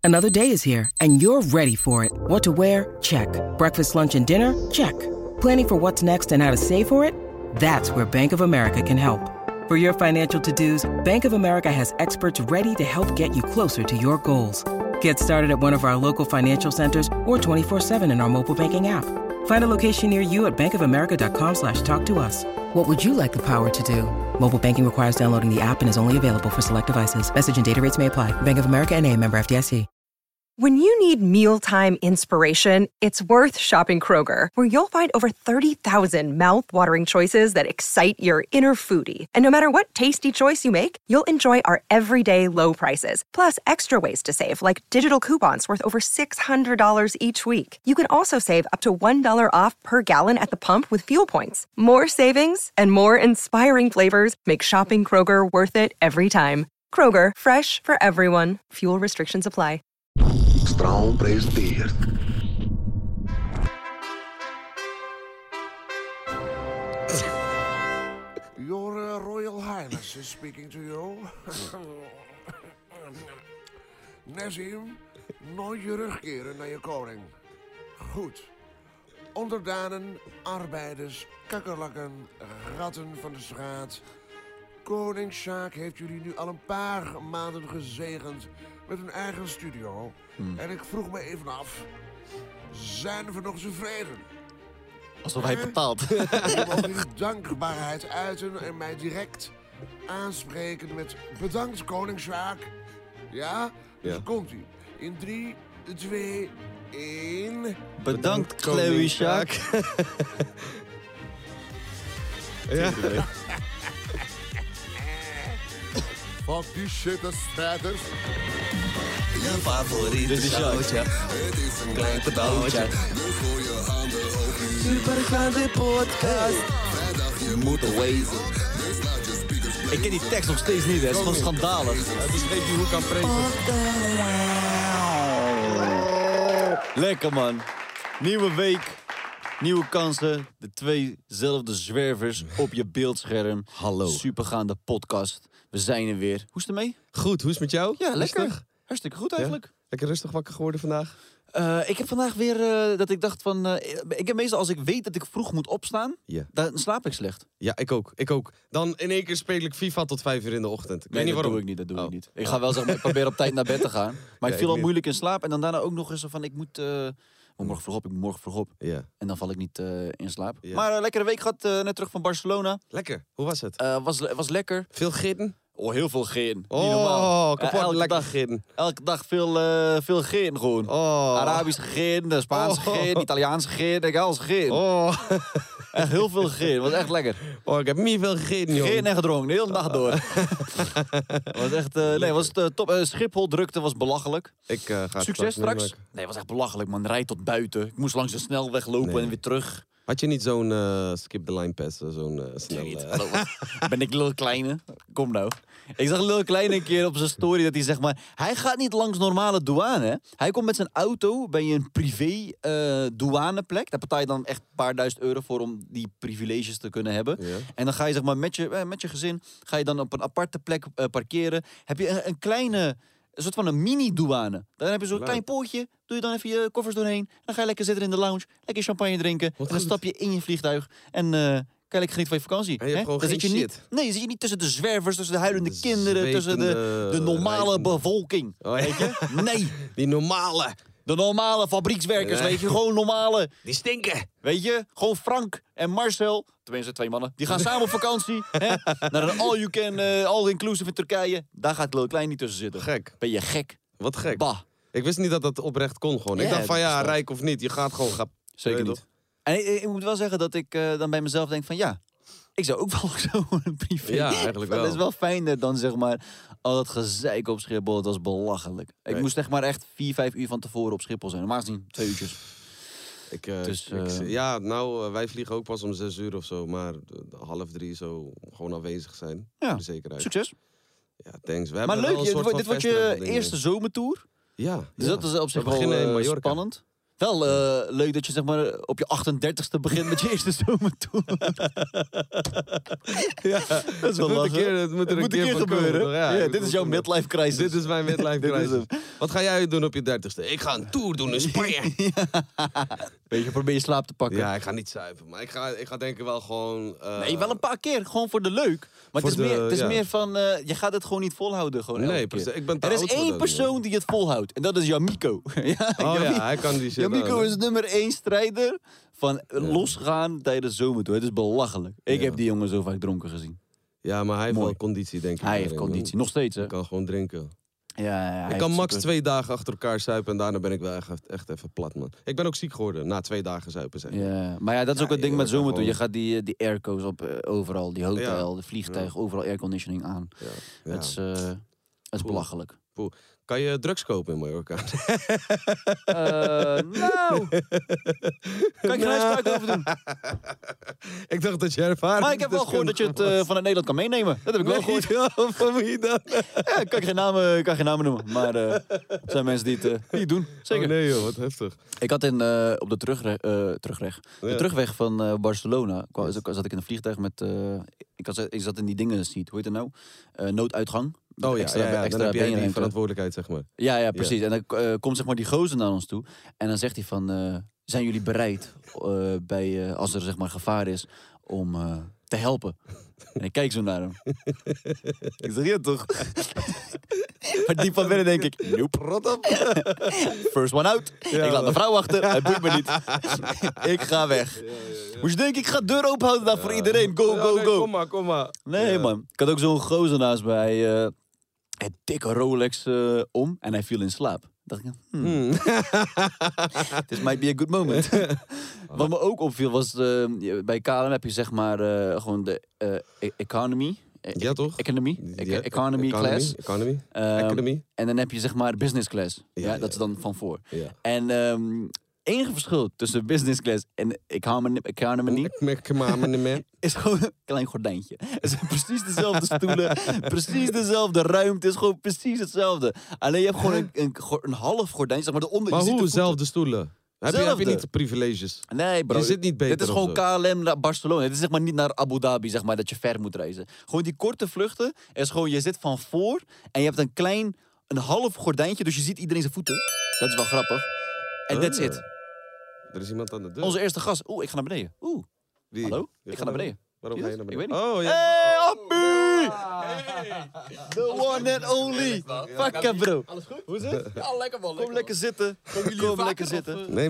Another day is here, and you're ready for it. What to wear? Check. Breakfast, lunch, and dinner? Check. Planning for what's next and how to save for it? That's where Bank of America can help. For your financial to-dos, Bank of America has experts ready to help get you closer to your goals. Get started at one of our local financial centers or 24/7 in our mobile banking app. Find a location near you at bankofamerica.com/talktous. What would you like the power to do? Mobile banking requires downloading the app and is only available for select devices. Message and data rates may apply. Bank of America N.A., member FDIC. When you need mealtime inspiration, it's worth shopping Kroger, where you'll find over 30,000 mouth-watering choices that excite your inner foodie. And no matter what tasty choice you make, you'll enjoy our everyday low prices, plus extra ways to save, like digital coupons worth over $600 each week. You can also save up to $1 off per gallon at the pump with fuel points. More savings and more inspiring flavors make shopping Kroger worth it every time. Kroger, fresh for everyone. Fuel restrictions apply. Straum presenteert. Your Royal Highness is speaking to you. Nazim, nooit je rugkeren naar je koning. Goed. Onderdanen, arbeiders, kakkerlakken, ratten van de straat. Koning Sjaak heeft jullie nu al een paar maanden gezegend met een eigen studio. En ik vroeg me even af, zijn we nog tevreden? Alsof hij betaalt. Ik mag jullie dankbaarheid uiten en mij direct aanspreken met bedankt koning Sjaak. Ja? Dus komt-ie. In 3, 2, 1... Bedankt, Chloe Sjaak. Ja. Fuck die shit, dat strijders. Je favoriete showtje. Het is een klein cadeautje. Dus gooi je handen hoog nu. Supergaande podcast. Vrijdag je moet er wezen. Dus laat je speakers. Ik ken die tekst nog steeds niet, hè. Het is gewoon schandalig. Dus geef je hoe kan prezen. Lekker, man. Nieuwe week. Nieuwe kansen. De 2zelfde zwervers op je beeldscherm. Hallo. Supergaande podcast. We zijn er weer. Hoe is het ermee? Goed, hoe is het met jou? Ja, lekker. Rustig? Hartstikke goed eigenlijk. Ja? Lekker rustig wakker geworden vandaag? Ik heb vandaag weer dat ik dacht van... ik heb meestal als ik weet dat ik vroeg moet opstaan, dan slaap ik slecht. Ja, ik ook. Dan in één keer speel ik FIFA tot 5 uur in de ochtend. Ik weet niet waarom. Dat doe ik niet. Ik ga wel zeggen, ik probeer op tijd naar bed te gaan. Maar ik viel al moeilijk in slaap. En dan daarna ook nog eens van, ik moet morgen vroeg op. Ja. En dan val ik niet in slaap. Ja. Maar lekkere week gehad, net terug van Barcelona. Lekker. Hoe was het? Was lekker. Veel gitten? Oh, heel veel geen. Niet Oh, normaal. kapot lekker gitten. Elke dag veel geen gewoon. Oh. Arabische geen, Spaanse geen, Italiaanse geen, Engelse geen. Oh. Echt heel veel geen. Was echt lekker. Oh, ik heb niet veel gegeten, joh. Geen en gedronken, de hele nacht door. Was echt, was top. Schiphol drukte was belachelijk. Ik ga Succes straks? meemaken. Nee, was echt belachelijk, man. Rijd tot buiten. Ik moest langs de snelweg lopen en weer terug. Had je niet zo'n skip the line pass, zo'n snel... Ben ik Lil Kleine? Kom nou. Ik zag Lil Kleine een keer op zijn story dat hij zegt maar... Hij gaat niet langs normale douane, hè. Hij komt met zijn auto bij een privé douaneplek. Daar betaal je dan echt een paar duizend euro voor om die privileges te kunnen hebben. Ja. En dan ga je zeg maar met je gezin... ga je dan op een aparte plek parkeren. Heb je een kleine... Een soort van een mini-douane. Dan heb je zo'n klein poortje. Doe je dan even je koffers doorheen. Dan ga je lekker zitten in de lounge. Lekker champagne drinken. En dan stap je in je vliegtuig. En kan je lekker genieten van je vakantie. En je hebt gewoon geen shit. Dan zit je niet tussen de zwervers, tussen de huilende kinderen. Tussen de normale bevolking. Oh, ja. Weet je? Nee. Die normale. De normale fabriekswerkers, weet je. Gewoon normale. Die stinken. Weet je? Gewoon Frank en Marcel. Tenminste, 2 mannen. Die gaan samen op vakantie. Hè? Naar een all-inclusive in Turkije. Daar gaat Lil Klein niet tussen zitten. Gek. Ben je gek? Wat gek. Bah. Ik wist niet dat dat oprecht kon gewoon. Ik dacht van rijk of niet. Je gaat gewoon... Zeker niet. En ik moet wel zeggen dat ik dan bij mezelf denk van ja... Ik zou ook wel zo'n privé... Ja, eigenlijk wel. Dat is wel fijner dan zeg maar... al dat gezeik op Schiphol, dat was belachelijk. Ik moest echt maar echt 4-5 uur van tevoren op Schiphol zijn. Normaal gezien 2 uurtjes. Wij vliegen ook pas om 6 uur of zo. Maar 2:30 zo gewoon afwezig zijn. Ja, voor de zekerheid. Succes. Ja, thanks. We maar leuk, dit wordt je eerste zomertour. Ja. Dus dat is op zich wel spannend. Wel leuk dat je zeg maar op je 38ste begint met je eerste zomertour. Ja, Dat is wel lachen. Het moet er een keer gebeuren. komen, ja, Ja, dit is jouw midlife crisis. Dit is mijn midlife Dit is crisis. hem. Wat ga jij doen op je 30ste? Ik ga een tour doen in Spanje. Beetje probeer je slaap te pakken. Ja, ik ga niet zuipen. Maar ik ga denk ik wel gewoon... Nee, wel een paar keer. Gewoon voor de leuk. Maar Voor het is, het is ja. meer van, je gaat het gewoon niet volhouden. Gewoon elke Nee, keer. precies. Ik ben te Er is oud voor één dat, persoon die het volhoudt. En dat is Yamiko. Ja, Oh ja, hij kan die shit Yamiko wel, is nummer 1 strijder van losgaan tijdens zomertour. Het is belachelijk. Ik heb die jongen zo vaak dronken gezien. Ja, maar hij heeft Mooi. wel conditie, denk ik. Hij heeft daarin, conditie. hoor. Nog steeds, hè? Hij kan gewoon drinken. Ja, Ik kan max 2 dagen achter elkaar zuipen en daarna ben ik wel echt even plat, man. Ik ben ook ziek geworden na 2 dagen zuipen, zeg. Ja, maar ja, dat is ook het ding je met wordt er zomertour. Je gewoon- gaat die airco's op overal. Die hotel, Ja. de vliegtuig, overal airconditioning aan. Ja. Het is, het is belachelijk. Poeh. Kan je drugs kopen in Mallorca? Nou, kan ik geen uitspraak over doen. Ik dacht dat je ervaring... Maar ik heb wel gehoord dat je het vanuit Nederland kan meenemen. Dat heb ik wel gehoord. Van wie dan? Ja, ik kan geen namen noemen. Maar er zijn mensen die het doen. Zeker. Oh, nee joh, wat heftig. Ik had op de terugweg van Barcelona, zat ik in een vliegtuig met... ik zat in die dingen seat, hoe heet het nou? Nooduitgang. Oh ja, Extra dan heb jij die beenruimte. verantwoordelijkheid, zeg maar. Ja, precies. En dan komt zeg maar die gozer naar ons toe. En dan zegt hij van, zijn jullie bereid als er zeg maar gevaar is om te helpen? En ik kijk zo naar hem. Ik zeg, ja toch? Maar diep van binnen denk ik, nope. Rot op. First one out. Ik laat mijn vrouw achter. Hij boeit me niet. Ik ga weg. Moest je denken, ik ga de deur openhouden daar voor iedereen. Go, go, nee, go. Kom maar. Nee, man. Ik had ook zo'n gozer naast mij. Een dikke Rolex om. En hij viel in slaap. Dacht ik, this might be a good moment. Wat me ook opviel was, bij KLM heb je zeg maar gewoon de economy. Ja, toch? Economy. Ja, Economy class. Economy. En dan heb je zeg maar business class. Ja, dat is dan van voor. Ja. En enige verschil tussen business class en economy is gewoon een klein gordijntje. Het zijn precies dezelfde stoelen, precies dezelfde ruimte, het is gewoon precies hetzelfde. Alleen je hebt gewoon een half gordijntje, zeg maar de onder. Maar je ziet hoe de voeten. zelfde stoelen? Heb je niet de privileges? Nee, bro. Je zit niet beter Dit is of gewoon KLM naar Barcelona. Dit is zeg maar niet naar Abu Dhabi, zeg maar, dat je ver moet reizen. Gewoon die korte vluchten is gewoon, je zit van voor en je hebt een half gordijntje, dus je ziet iedereen zijn voeten. Dat is wel grappig. En that's it. Er is iemand aan de deur. Onze eerste gast. Ik ga naar beneden. Wie? Hallo? Je Ik gaat ga naar beneden. Waarom Zie ga je je naar dat? beneden? Ik weet niet. Oh, ja. Hey, Appie! The one and only. Fuck bro. Alles goed? Hoe is het? Ja, lekker man. Kom lekker zitten. Kom lekker zitten. Nee,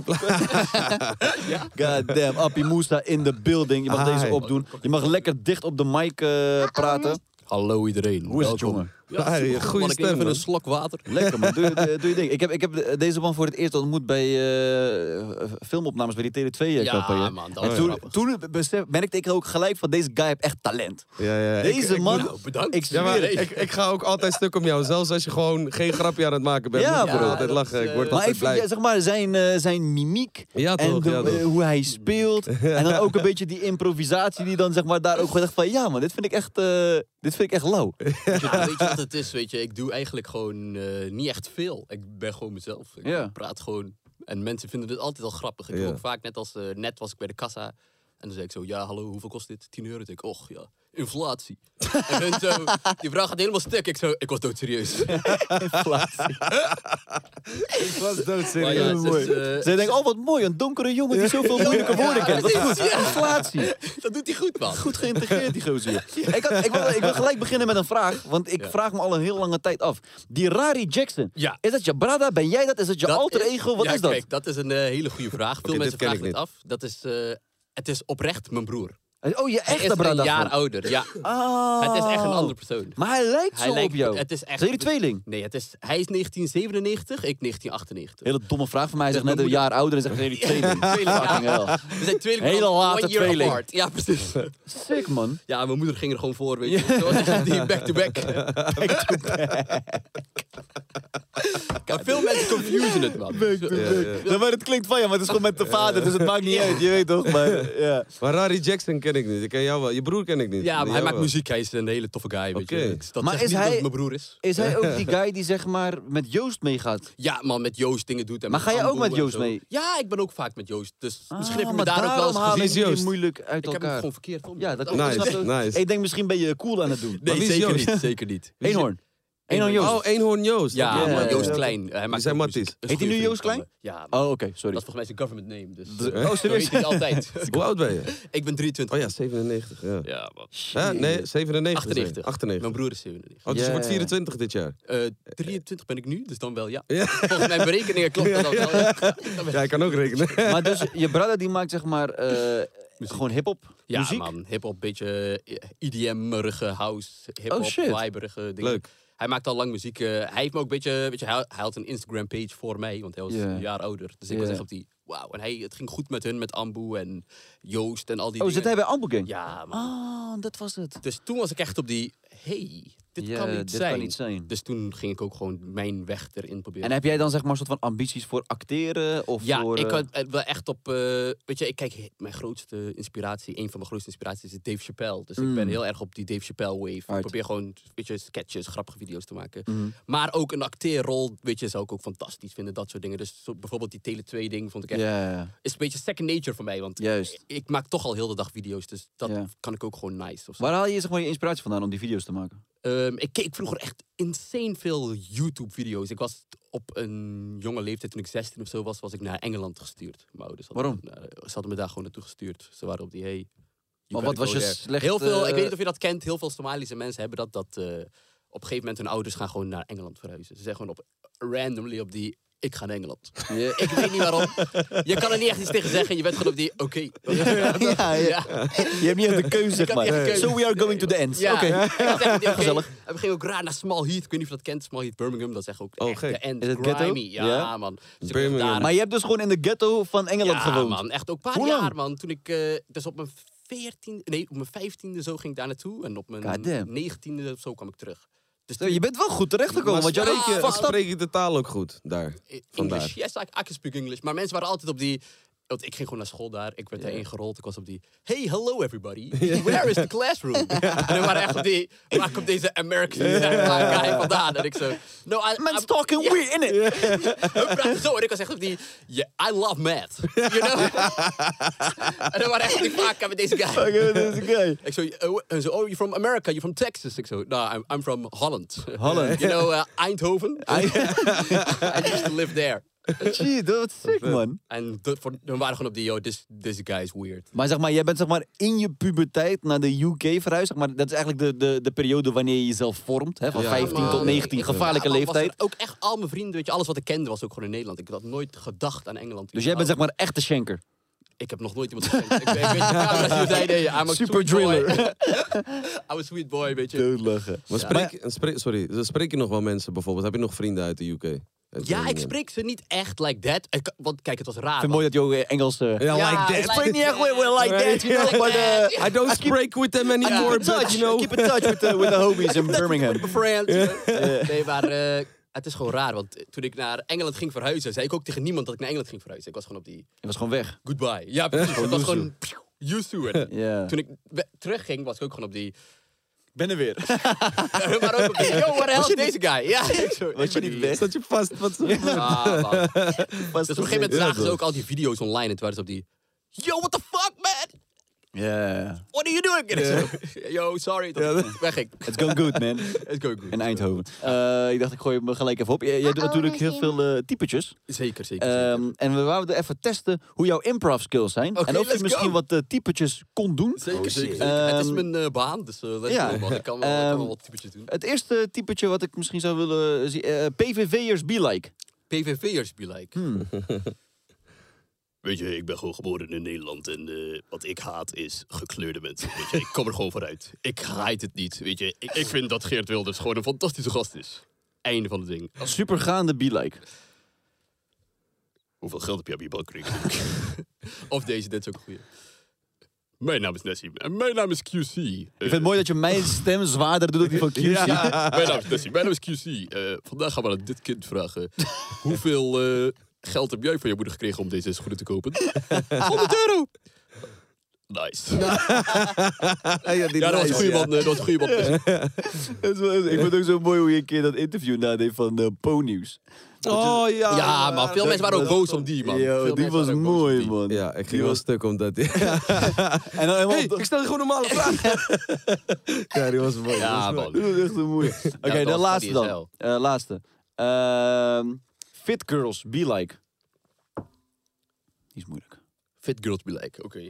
God damn, Appie Moussa in the building. Je mag deze opdoen. Je mag lekker dicht op de mic praten. Hallo iedereen. Hoe is het, jongen? Ja, je supergoed, goede man. Ik neem stem, even man. een slok water. Lekker man, doe je ding. Ik heb deze man voor het eerst ontmoet bij filmopnames bij die Tele2-campagne. Ja, man, dat En is toen grappig. merkte ik ook gelijk van deze guy heeft echt talent. Ja. Deze man, Nou, bedankt. ik Ja, maar zweer het. ik ga ook altijd stuk om jou. Zelfs als je gewoon geen grapje aan het maken bent. Ja, moet je bro. altijd dat lachen. is, Ik word Maar ik altijd vind, blij. ja, zeg maar, zijn mimiek Ja, en toch, ja, toch. hoe hij speelt. En dan ook een beetje die improvisatie die dan zeg maar daar ook gewoon echt van... Ja man, dit vind ik echt lauw. Ja, weet je wat het is? Weet je, ik doe eigenlijk gewoon niet echt veel. Ik ben gewoon mezelf. Ik Ja. praat gewoon. En mensen vinden het altijd al grappig. Ik Ja. doe ook vaak, net was ik bij de kassa. En dan zei ik zo, ja hallo, hoeveel kost dit? 10 euro. Ik, och ja, inflatie. En hun zo, die vrouw gaat helemaal stuk. Ik was doodserieus. Inflatie. Ik was Maar doodserieus. ja, het is, Zij denken, oh wat mooi, een donkere jongen die zoveel moeilijke woorden kent. Wat goed, inflatie. dat doet hij goed, man. Goed geïntegreerd die gozer hier. Ik wil gelijk beginnen met een vraag, want ik vraag me al een heel lange tijd af. Die Rari Jackson, Ja. is dat je brada? Ben jij dat? Is dat je alter ego? Wat ja, is dat? Kijk, dat is een hele goede vraag. Veel dit mensen ken ik vragen het af. Dat is, het is oprecht mijn broer. Oh, je Hij echte is brada? een jaar gewoon. ouder, ja. Ah. Het is echt een andere persoon. Maar hij lijkt zo op jou. Het is echt, Zijn jullie tweeling? Nee, hij is 1997, ik 1998. Hele domme vraag van mij. Hij zegt Dat net een mijn jaar ouder en zegt, zijn jullie tweeling? Tweeling, ja. Fucking hell. We zijn tweelingen Hele van late 1 year tweeling. apart. Ja, precies. Sick, man. Ja, mijn moeder ging er gewoon voor, weet je. Zoals die back-to-back. Ja, veel mensen confusen het, man. Ja, maar het klinkt van je, maar het is gewoon met de vader, dus het maakt niet uit, je weet toch? Maar, ja. Maar Rari Jackson ken ik niet. Ik ken jou wel. Je broer ken ik niet. Ja, maar hij Jou maakt wel. muziek. Hij is een hele toffe guy, weet Oké. je. Dat Maar zegt is niet hij- dat het mijn broer is. Is hij ook die guy die zeg maar met Joost meegaat? Ja, man, met Joost dingen doet. En Maar met ga je ook Ambu met en Joost zo. mee? Ja, ik ben ook vaak met Joost. Dus misschien heb je me maar daar ook wel daarom eens halen gezien. is jullie Joost? moeilijk uit Ik heb hem elkaar. gewoon verkeerd om. Ja, dat Oh, Nice, snap ik. nice. Ik denk misschien ben je cool aan het doen. Maar Nee, wie is zeker Joost? niet. Zeker niet. Eenhoorn. Eenhoorn Joost. Oh, Eenhoorn Joost. Ja, Oké. man, Joost ja. Klein. Hij maakt zijn ook matties. muziek. Een Heet hij nu goede Joost vriend Klein? van me. Ja, man. Oh, oké, sorry. Dat is volgens mij zijn government name. Dus Oh, zo serieus? heet hij altijd. Hoe oud ben je? Ik ben 23. Oh ja, 97. Ja. Ja, man. Ja, nee, 97. 98. 98. Mijn broer is 97. Oh, dus je Ja, wordt ja. 24 dit jaar. 23 ben ik nu, dus dan wel ja. Ja. Volgens mijn berekeningen klopt dat ook wel. Ja, Ja, ik kan ook rekenen. Maar dus je brother die maakt zeg maar gewoon hip-hop ja muziek? man, hip-hop, beetje EDM-erige house, hip-hop, Oh, shit. viberige dingen. Leuk. Hij maakt al lang muziek. Hij heeft me ook een beetje, weet je, hij had een Instagram-page voor mij, want hij was Ja. een jaar ouder. Dus ik Ja. was echt op die, wauw. En het ging goed met hun, met Ambu en Joost en al die Oh, dingen. zit hij bij Ambu Gang? Ja, man. Oh, dat was het. Dus toen was ik echt op die, hey, dit Ja, kan niet dit zijn. kan niet zijn. Dus toen ging ik ook gewoon mijn weg erin proberen. En heb jij dan zeg maar een soort van ambities voor acteren? Of Ja, voor, ik had wel echt op... weet je, ik kijk, mijn grootste inspiratie, een van mijn grootste inspiraties is Dave Chappelle. Dus ik ben heel erg op die Dave Chappelle wave. Ik probeer gewoon, weet je, sketches, grappige video's te maken. Maar ook een acteerrol, weet je, zou ik ook fantastisch vinden, dat soort dingen. Dus bijvoorbeeld die Tele 2 ding vond ik echt... Ja, Is een beetje second nature voor mij, want juist. ik maak toch al heel de dag video's. Dus dat Ja. kan ik ook gewoon nice of zo. Waar haal je zeg maar je inspiratie vandaan om die video's te maken? Ik keek vroeger echt insane veel YouTube-video's. Ik was op een jonge leeftijd, toen ik 16 of zo was ik naar Engeland gestuurd. Mijn ouders hadden ze hadden me daar gewoon naartoe gestuurd. Ze waren op die, hey... Maar wat was je slecht... Heel veel, ik weet niet of je dat kent, heel veel Somalische mensen hebben dat op een gegeven moment hun ouders gaan gewoon naar Engeland verhuizen. Ze zeggen gewoon randomly op die... Ik ga naar Engeland. Ik weet niet waarom. Je kan er niet echt iets tegen zeggen. Je bent gewoon op die... Oké. ja. Je hebt niet echt de keuze, zeg had niet echt maar. een keuze. So we are going to the ends. Ja, Oké. gezellig. En we gingen ook raar naar Small Heath. Ik weet niet of je dat kent. Small Heath, Birmingham. Dat is echt ook echt gek. de end. Is het ghetto? Grimy. Ja, Ja? man. Dus ik Birmingham. daar- Maar je hebt dus gewoon in de ghetto van Engeland ja, gewoond? man. Echt ook een paar Hoe lang? jaar, man. Toen ik... dus op mijn 15e zo ging ik daar naartoe. En op mijn Goddamn. 19e of zo kwam ik terug. Dus Je bent wel goed terechtgekomen, want jij spreek, reed je... spreek je de taal ook goed daar? Vandaar. English. Yes, I can speak English. Maar mensen waren altijd op die... Want ik ging gewoon naar school daar. Ik werd daarin gerold. Ik was op die... Hey, hello everybody. Where is the classroom? En dan waren echt op die... Waar komt deze American guy vandaan? En ik zo... No, Man's talking weird, innit? We praten zo. En ik was echt op die... Yeah, I love math. You know? En dan waren echt op die vaak met deze guy. Ik zo... Oh, you're from America. You're from Texas. Ik zo... No, I'm from Holland. Holland. You know, Eindhoven? I used to live there. Gee, dat is sick, man. En we waren gewoon op die, yo, this guy is weird. Maar zeg maar, jij bent zeg maar in je puberteit naar de UK verhuisd. Zeg maar, dat is eigenlijk de periode wanneer je jezelf vormt. Hè, van 15 man. tot 19, gevaarlijke Ja, man, was leeftijd. er ook echt al mijn vrienden, weet je, alles wat ik kende was ook gewoon in Nederland. Ik had nooit gedacht aan Engeland. Dus jij bent zeg maar echt de schenker. Ik heb nog nooit iemand gekend. Ik weet je, camera's die zeiden, I'm a Super sweet driller. boy. I'm a sweet boy, weet je. Doodlachen. Maar spreek je nog wel mensen bijvoorbeeld? Heb je nog vrienden uit de UK? Ja, ik spreek ze niet echt like that. Want kijk, het was raar. Ik vind het mooi dat je ook Engels... Ja, Ja, like that. like spreek niet echt well like that, you know, Like but... that. I don't speak with them anymore, Keep in but touch, you know. keep in touch with the homies in Birmingham. Friends. Nee, maar het is gewoon raar. Want toen ik naar Engeland ging verhuizen, zei ik ook tegen niemand dat ik naar Engeland ging verhuizen. Ik was gewoon op die... Je was gewoon weg. Goodbye. Ja, precies. Het was gewoon used to it. Ja. Toen ik terugging, was ik ook gewoon op die... Ben er weer. maar ook op die... Yo, what the hell is deze guy? Ja, Was je niet weg? Zat je vast? Wat man. Dus op een gegeven moment Ja, zagen ze toch. ook al die video's online. En toen waren ze op die... Yo, what the fuck, man? Ja. What are you doing? En ik zo, yo, sorry. Dat wegging. It's going good, man. It's going good. In Eindhoven. Ik dacht, ik gooi hem gelijk even op. Jij doet natuurlijk heel veel typetjes. Zeker, zeker. En we wouden even testen hoe jouw improv skills zijn. Oké, en of je let's misschien go. wat typetjes kon doen. Zeker, zeker. Ehm, Het is mijn baan, dus let's ja. go, man. Ik kan wel wat typetjes doen. Het eerste typetje wat ik misschien zou willen zien. PVV'ers be like. PVV'ers be like. Weet je, ik ben gewoon geboren in Nederland en wat ik haat is gekleurde mensen. Weet je, ik kom er gewoon vooruit. Ik haat het niet, weet je. Ik vind dat Geert Wilders gewoon een fantastische gast is. Einde van het ding. Supergaande be like. Hoeveel geld heb je op je bankrekening? Of deze, dit is ook een goeie. Mijn naam is Nessie en mijn naam is QC. Ik vind het mooi dat je mijn stem zwaarder doet dan die van QC. Mijn naam is Nessie, mijn naam is QC. Vandaag gaan we aan dit kind vragen. Hoeveel geld heb jij van je moeder gekregen om deze schoenen te kopen? €100. Nice. Dat was een goede man. Dat was een goede man. Ik vind het ook zo mooi hoe je een keer dat interview nadeed van Po-nieuws. Oh ja. Ja, maar veel mensen waren ook boos om die, man. Yo, die was mooi, man. Ja, ik ging wel stuk omdat die... En dan helemaal... ik stel je gewoon normale vragen. Ja, die was mooi. Ja, man. Dat was echt een mooie. Oké, de laatste dan. Laatste. Fit girls be like. Die is moeilijk. Fit girls be like, oké.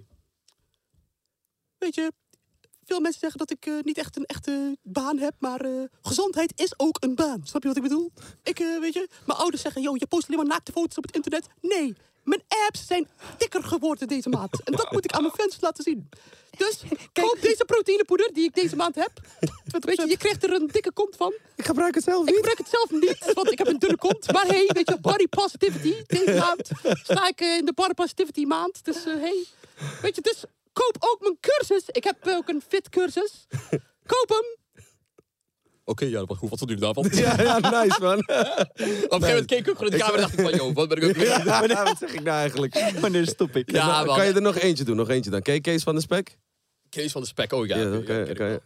Weet je, veel mensen zeggen dat ik niet echt een echte baan heb, maar gezondheid is ook een baan. Snap je wat ik bedoel? Weet je, mijn ouders zeggen, je post alleen maar naakte foto's op het internet. Nee, mijn abs zijn dikker geworden deze maand. En dat moet ik aan mijn fans laten zien. Dus koop deze proteïnepoeder die ik deze maand heb. Weet je krijgt er een dikke kont van. Ik gebruik het zelf niet. Ik gebruik het zelf niet, want ik heb een dunne kont. Maar hey, weet je, body positivity. Deze maand sta ik in de body positivity maand. Dus hey, weet je, dus... Koop ook mijn cursus. Ik heb ook een fit cursus. Koop hem. Oké, ja, wat vond u daarvan? Ja, nice, man. Op een gegeven moment keek ik ook gewoon in de kamer en dacht ik van, wat ben ik ook weer? Wat zeg ik nou eigenlijk? Wanneer stop ik? Ja, Kan je er nog eentje doen? Nog eentje dan. Ken je Kees van de Spek? Kees van de Spek, oh ja. Ja,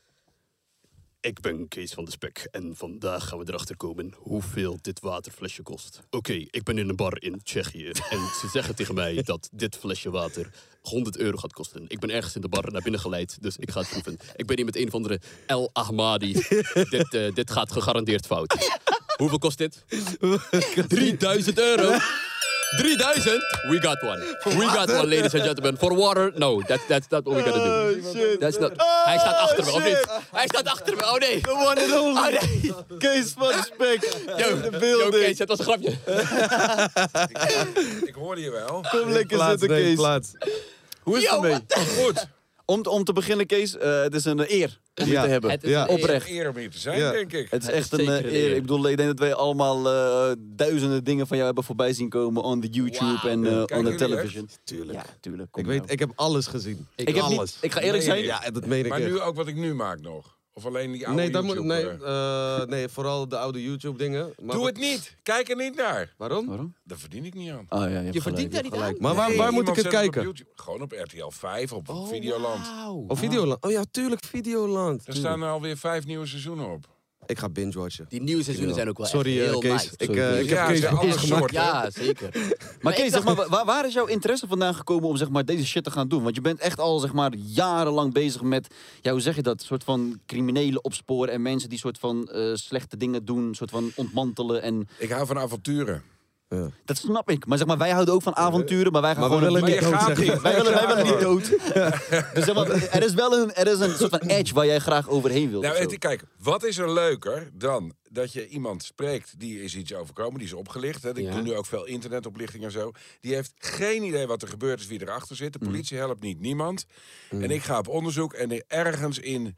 Ik ben Kees van de Spek en vandaag gaan we erachter komen hoeveel dit waterflesje kost. Oké, ik ben in een bar in Tsjechië en ze zeggen tegen mij dat dit flesje water €100 gaat kosten. Ik ben ergens in de bar naar binnen geleid, dus ik ga het proeven. Ik ben hier met een of andere El Ahmadi. Dit gaat gegarandeerd fout. Hoeveel kost dit? €3000. 3000? We got one. We got one, ladies and gentlemen. For water? No, that's not what we gotta do. Shit. That's not... Hij staat achter me, of niet? Hij staat achter me, oh nee. The one and only. Oh nee. Kees van de Spek. Yo, Kees, het was een grapje. Ik hoorde je wel. Kom lekker zitten, Kees. Plaats. Hoe is het ermee? Goed. Om te beginnen, Kees, het is een eer om je te hebben. Het is een Oprecht. Eer om hier te zijn, denk ik. Het is echt een zeker een eer. eer. Ik bedoel, ik denk dat wij allemaal duizenden dingen van jou hebben voorbij zien komen on the YouTube en on the jullie television. Tuurlijk. Ja, tuurlijk. Ik heb alles gezien. Ik heb alles. niet, ik ga eerlijk zijn. Ja, dat meen ik Maar echt. nu ook wat ik nu maak nog. Of alleen die oude Nee, dat YouTube, moet, nee, vooral de oude YouTube dingen. Maar Doe het niet. Kijk er niet naar. Waarom? Waarom? Daar verdien ik niet aan. Oh, ja, Je verdient daar niet aan. Maar waar moet ik Iemand het zet op kijken? YouTube. Gewoon op RTL 5, op Videoland. Oh, Videoland. Oh ja, tuurlijk, Videoland. Er staan er alweer 5 nieuwe seizoenen op. Ik ga binge-watchen. Die nieuwe seizoenen zijn ook wel Sorry, echt heel Kees. nice. Ik Ja, heb ze Kees zijn kapot alle gemaakt. soorten. Ja, zeker. Maar Kees, ik zeg dacht- maar, waar is jouw interesse vandaan gekomen om zeg maar, deze shit te gaan doen? Want je bent echt al zeg maar, jarenlang bezig met, ja, hoe zeg je dat? Soort van criminelen opsporen en mensen die soort van slechte dingen doen, soort van ontmantelen. En Ik hou van avonturen. dat snap ik. Maar zeg maar, wij houden ook van avonturen, maar wij gaan Maar we gewoon... willen Maar niet je dood gaat zeggen. niet. Wij willen niet dood. Dus zeg maar, er is een soort van edge waar jij graag overheen wilt. Nou, of zo. weet je, kijk, wat is er leuker dan dat je iemand spreekt die is iets overkomen, die is opgelicht. Hè. Ik Ja. doe nu ook veel internetoplichting en zo. Die heeft geen idee wat er gebeurd is, wie erachter zit. De politie helpt niet, niemand. En ik ga op onderzoek en ergens in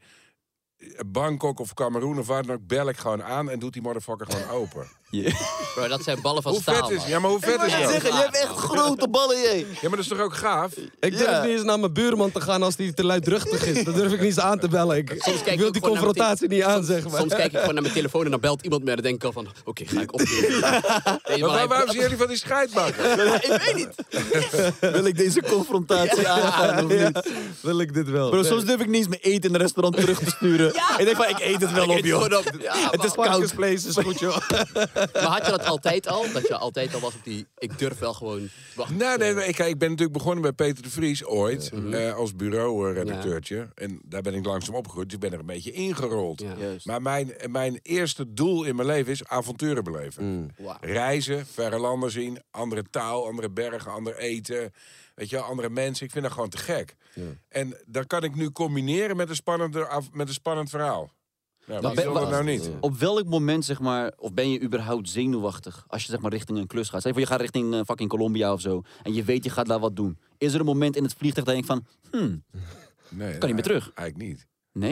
Bangkok of Kameroen of waar dan ook bel ik gewoon aan en doet die motherfucker gewoon open. Bro, dat zijn ballen van Hoe staal, vet is, man. ja, maar hoe vet is dat? Zeggen, je hebt echt grote ballen, jij. Ja, maar dat is toch ook gaaf? Ik durf niet eens naar mijn buurman te gaan als die te luidruchtig is. Dan durf ik niet eens aan te bellen. Ik kijk ik wil ook die gewoon naar confrontatie niet aan, zeg maar. Soms kijk ik gewoon naar mijn telefoon en dan belt iemand me en dan denk ik al van, oké, ga ik opnemen. Nee, Maar waarom zijn jullie van die scheidbakken? Ik weet niet. Wil ik deze confrontatie aangaan of niet? Wil ik dit wel? Bro, soms durf ik niet eens mijn eten in een restaurant terug te sturen. Ik denk van, ik eet het wel op, joh. Het is koud. Place is goed, joh. Maar had je dat altijd al? Dat je altijd al was op die, ik durf wel gewoon... Wacht, Nee, ik ben natuurlijk begonnen bij Peter de Vries ooit. Als bureau-redacteurtje. En daar ben ik langzaam opgegroeid. Dus ik ben er een beetje ingerold. Ja. Juist. Maar mijn eerste doel in mijn leven is avonturen beleven. Wauw. Reizen, verre landen zien, andere taal, andere bergen, ander eten. Weet je wel, andere mensen. Ik vind dat gewoon te gek. En dat kan ik nu combineren met een spannend verhaal. Nou, wie wil dat nou niet? Op welk moment, zeg maar, of ben je überhaupt zenuwachtig als je zeg maar richting een klus gaat? Stel je voor, je gaat richting fucking Colombia of zo en je weet je gaat daar wat doen. Is er een moment in het vliegtuig dat je denkt van, Nee, kan niet meer terug? Eigenlijk niet. Nee?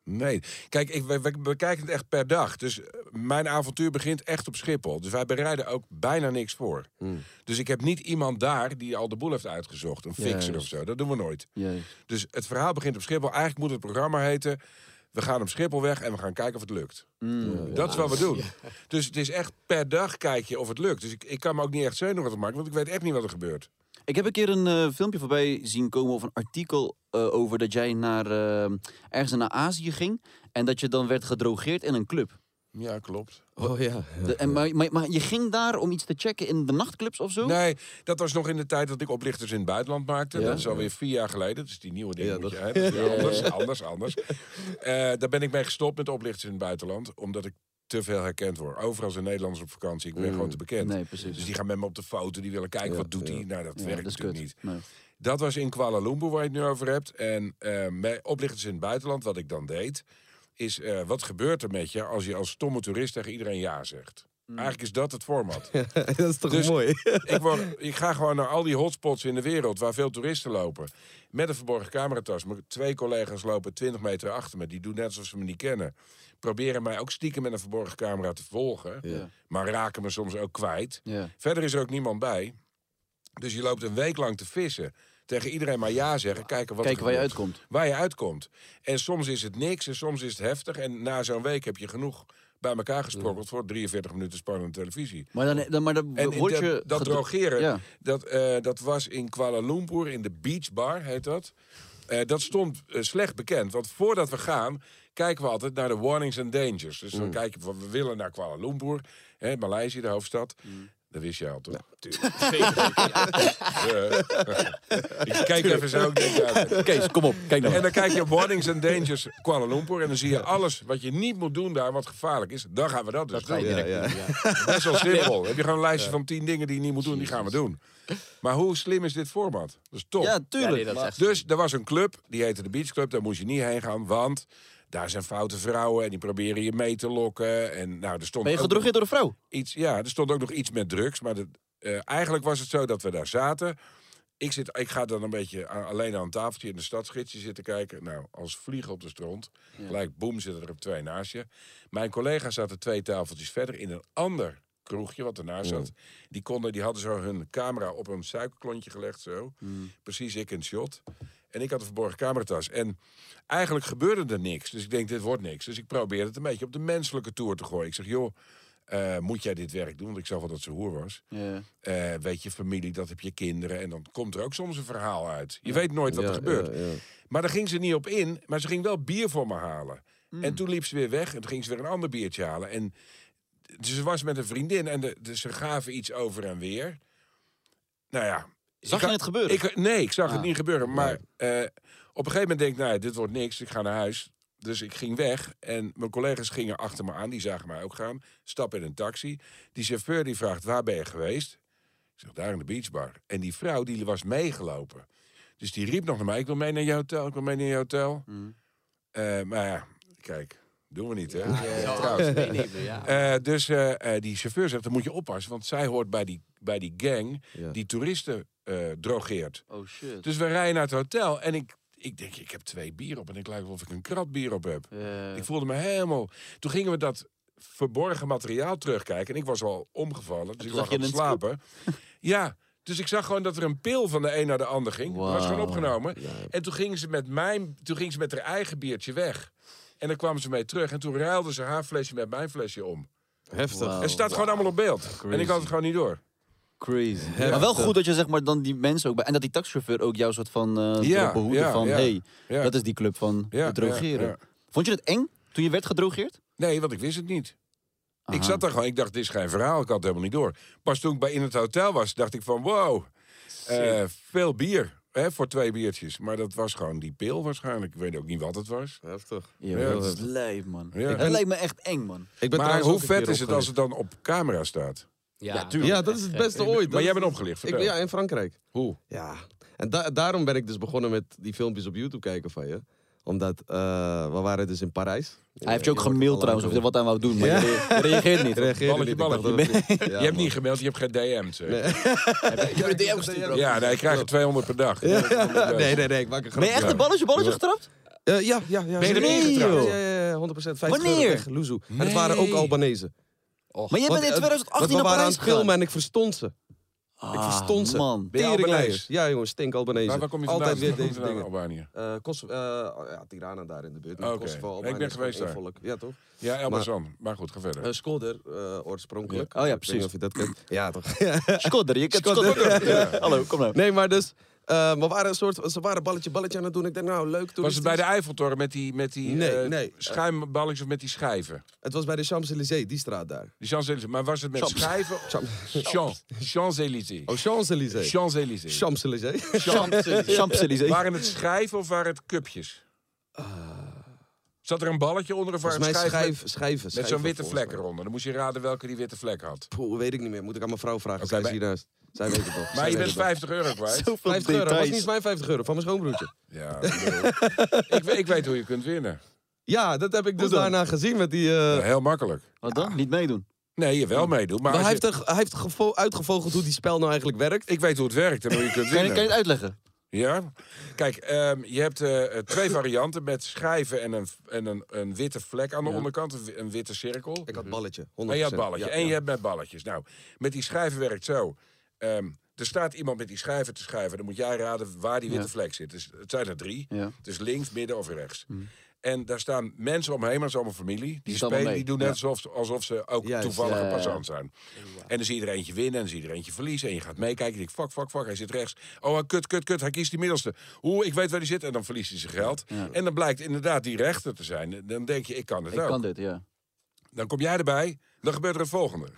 Nee. Kijk, we bekijken het echt per dag. Dus mijn avontuur begint echt op Schiphol. Dus wij bereiden ook bijna niks voor. Dus ik heb niet iemand daar die al de boel heeft uitgezocht. Een fixer of zo. Dat doen we nooit. Dus het verhaal begint op Schiphol. Eigenlijk moet het programma heten... We gaan op Schiphol weg en we gaan kijken of het lukt. Dat is wat we doen. Dus het is echt per dag kijk je of het lukt. Dus ik kan me ook niet echt zenuwachtig maken, want ik weet echt niet wat er gebeurt. Ik heb een keer een filmpje voorbij zien komen of een artikel over dat jij ergens naar Azië ging en dat je dan werd gedrogeerd in een club. Ja, klopt. Oh ja. Maar je ging daar om iets te checken in de nachtclubs of zo? Nee, dat was nog in de tijd dat ik oplichters in het buitenland maakte. Dat is alweer 4 jaar geleden. Dat is die nieuwe dingen. Dat is anders. Daar ben ik mee gestopt met oplichters in het buitenland. Omdat ik te veel herkend word. Overal zijn Nederlanders op vakantie. Ik ben gewoon te bekend. Nee, precies. Dus die gaan met me op de foto. Die willen kijken, wat doet hij? Nou, dat werkt natuurlijk niet. Nee. Dat was in Kuala Lumpur waar je het nu over hebt. En met oplichters in het buitenland, wat ik dan deed... is wat gebeurt er met je als je als stomme toerist tegen iedereen ja zegt. Eigenlijk is dat het format. Dat is toch dus mooi? ik ga gewoon naar al die hotspots in de wereld waar veel toeristen lopen. Met een verborgen cameratas. Mijn 2 collega's lopen 20 meter achter me. Die doen net alsof ze me niet kennen. Proberen mij ook stiekem met een verborgen camera te volgen. Ja. Maar raken me soms ook kwijt. Ja. Verder is er ook niemand bij. Dus je loopt een week lang te vissen. Tegen iedereen maar ja zeggen. Kijken waar je uitkomt. Waar je uitkomt. En soms is het niks en soms is het heftig. En na zo'n week heb je genoeg bij elkaar gesprokkeld... voor 43 minuten spannende televisie. Maar dan word je... Dat drogeren, dat was in Kuala Lumpur, in de Beach Bar, heet dat. Dat stond slecht bekend. Want voordat we gaan, kijken we altijd naar de warnings and dangers. Dus dan kijk je van, we willen naar Kuala Lumpur. Maleisië, de hoofdstad. Dat wist je al, toch? Ik kijk even zo. Kees, kom op. Kijk nou. En dan kijk je op Warnings and Dangers Kuala Lumpur. En dan zie je alles wat je niet moet doen daar, wat gevaarlijk is. Dan gaan we dat dus doen. Best wel simpel. Heb je gewoon een lijstje van 10 dingen die je niet moet doen, die gaan we doen. Maar hoe slim is dit format? Dat is top. Ja, tuurlijk. Dus er was een club, die heette de Beach Club. Daar moest je niet heen gaan, want... Daar zijn foute vrouwen en die proberen je mee te lokken. En, nou, er stond ben je gedrogeerd door een vrouw? Er stond ook nog iets met drugs. Maar eigenlijk was het zo dat we daar zaten. Ik ga dan een beetje alleen aan een tafeltje in de stadsgidsje zitten kijken. Nou, als vliegen op de stront. Gelijk, boem, zitten er op 2 naast je. Mijn collega's zaten 2 tafeltjes verder in een ander kroegje wat ernaast zat. Die hadden zo hun camera op een suikerklontje gelegd. Zo. Precies, ik in het shot. En ik had een verborgen cameratas. En eigenlijk gebeurde er niks. Dus ik denk, dit wordt niks. Dus ik probeerde het een beetje op de menselijke toer te gooien. Ik zeg, joh, moet jij dit werk doen? Want ik zag wel dat ze hoer was. Ja. Weet je familie, dat heb je kinderen. En dan komt er ook soms een verhaal uit. Je weet nooit wat er gebeurt. Ja. Maar daar ging ze niet op in. Maar ze ging wel bier voor me halen. En toen liep ze weer weg. En toen ging ze weer een ander biertje halen. En ze was met een vriendin. En ze gaven iets over en weer. Nou ja... Zag je het gebeuren? Ik zag het niet gebeuren. Maar op een gegeven moment denk ik, nou, dit wordt niks. Ik ga naar huis. Dus ik ging weg. En mijn collega's gingen achter me aan. Die zagen mij ook gaan. Stap in een taxi. Die chauffeur die vraagt, waar ben je geweest? Ik zeg, daar in de beachbar. En die vrouw, die was meegelopen. Dus die riep nog naar mij, ik wil mee naar je hotel. Ik wil mee naar je hotel. Maar ja, kijk... Doen we niet, hè? Dus die chauffeur zegt, dan moet je oppassen. Want zij hoort bij die gang die toeristen drogeert. Oh shit. Dus we rijden naar het hotel. En ik denk, ik heb 2 bier op. En ik lijkt wel of ik een krat bier op heb. Ik voelde me helemaal... Toen gingen we dat verborgen materiaal terugkijken. En ik was al omgevallen. Dus ik lag aan het slapen. Ja, dus ik zag gewoon dat er een pil van de een naar de ander ging. Wow. Dat was gewoon opgenomen. Ja. En toen ging ze met haar eigen biertje weg. En dan kwamen ze mee terug. En toen ruilden ze haar flesje met mijn flesje om. Heftig. Wow. Het staat gewoon allemaal op beeld. Crazy. En ik had het gewoon niet door. Crazy. Maar wel goed dat je zeg maar dan die mensen ook... En dat die taxichauffeur ook jou soort van behoeden van... dat is die club van drogeren. Ja. Vond je het eng toen je werd gedrogeerd? Nee, want ik wist het niet. Aha. Ik zat daar gewoon... Ik dacht, dit is geen verhaal. Ik had het helemaal niet door. Pas toen ik in het hotel was, dacht ik van... Wow, veel bier. Voor 2 biertjes. Maar dat was gewoon die pil waarschijnlijk. Ik weet ook niet wat het was. Heftig. Dat is lijf, man. Ja. Dat lijkt me echt eng, man. Maar hoe vet is het als het dan op camera staat? Ja, tuurlijk. Ja, dat is het beste ooit. Maar jij bent opgelicht, vertel. Ja, in Frankrijk. Hoe? Ja. En daarom ben ik dus begonnen met die filmpjes op YouTube kijken van je. Omdat, we waren dus in Parijs. Hij heeft je ook gemaild trouwens, of je wat hij wou doen. Maar je reageert niet. Balletje. Je hebt niet gemaild, je hebt geen DM's. Je hebt een DM gestuurd, bro. Ja, nee, ik krijg er 200 per dag. Nee, ik maak een grap. Ben je echt een balletje getrapt? Ja. Ben je erin getrouwd? Ja, 100%. 50 Wanneer? weg, Luzu. En het waren ook Albanese. Maar jij bent in 2018 we naar waren aan Parijs het filmen gegaan. en ik verstond ze. Ik verstond ze. Man. Ben je Teringlijers. Albanese? Ja, jongens, stink Albanese. Waar kom je Altijd vandaan? weer deze dingen. Albanië. Tirana daar in de buurt. Oké. Kosovo, Ik Albanië ben is geweest gewoon daar. onvolk. Ja, toch? Ja, Elbasan. Maar goed, ga verder. Skoder, oorspronkelijk. Ja. Oh ja, Ik weet niet precies. of je dat kent. Ja, toch? Skodder, je kent Skodder. Skodder. Ja. Hallo, kom nou. Nee, maar dus... ze waren balletje aan het doen. Ik denk, nou, leuk. Was het bij de Eiffeltoren met die Nee. schuimballetjes of met die schijven? Het was bij de Champs-Élysées, die straat daar. Die Champs-Élysées. Maar was het met schijven? Champs-Élysées. Oh, Champs-Élysées. Champs-Élysées. Champs-Élysées. Champs-Élysées. Waren het schijven of waren het cupjes? Zat er een balletje onder of waren Volgens het mij schijven? schijven. Met zo'n witte volgens vlek mij. eronder. Dan moest je raden welke die witte vlek had. Poeh, weet ik niet meer. Moet ik aan mijn vrouw vragen. Oké, Zij is maar- hiernaast. Zij weet het toch. Maar je bent 50 euro kwijt. Zoveel 50 euro. Dat was details. niet mijn 50 euro, van mijn schoonbroertje. Ja, ik weet hoe je kunt winnen. Ja, dat heb ik dus Hoe dan? daarna gezien met die... Ja, heel makkelijk. Wat dan? Niet meedoen. Nee, je wel meedoen. Maar Maar als hij heeft uitgevogeld hoe die spel nou eigenlijk werkt. ik weet hoe het werkt en hoe je kunt Kan je winnen. het uitleggen? Ja. Kijk, je hebt 2 varianten met schijven en een witte vlek aan de onderkant. Een witte cirkel. Ik had balletje, 100%. En je had balletje. Ja, En ja. je hebt met balletjes. Nou, met die schijven werkt zo. Er staat iemand met die schijven te schrijven. Dan moet jij raden waar die witte vlek zit. Dus het zijn er 3. Ja. Dus links, midden of rechts. En daar staan mensen omheen, maar dat is allemaal familie. Die staan spelen, wel die mee. doen net alsof ze ook Juist, toevallig ja, een passant zijn. En dan zie je er eentje winnen en dan zie je er eentje verliezen. En je gaat meekijken. Je denkt, fuck, hij zit rechts. Oh, kut, hij kiest die middelste. Ik weet waar die zit. En dan verliest hij zijn geld. Ja. En dan blijkt inderdaad die rechter te zijn. Dan denk je, ik kan het Ik ook. kan dit, ja. Dan kom jij erbij, dan gebeurt er het volgende.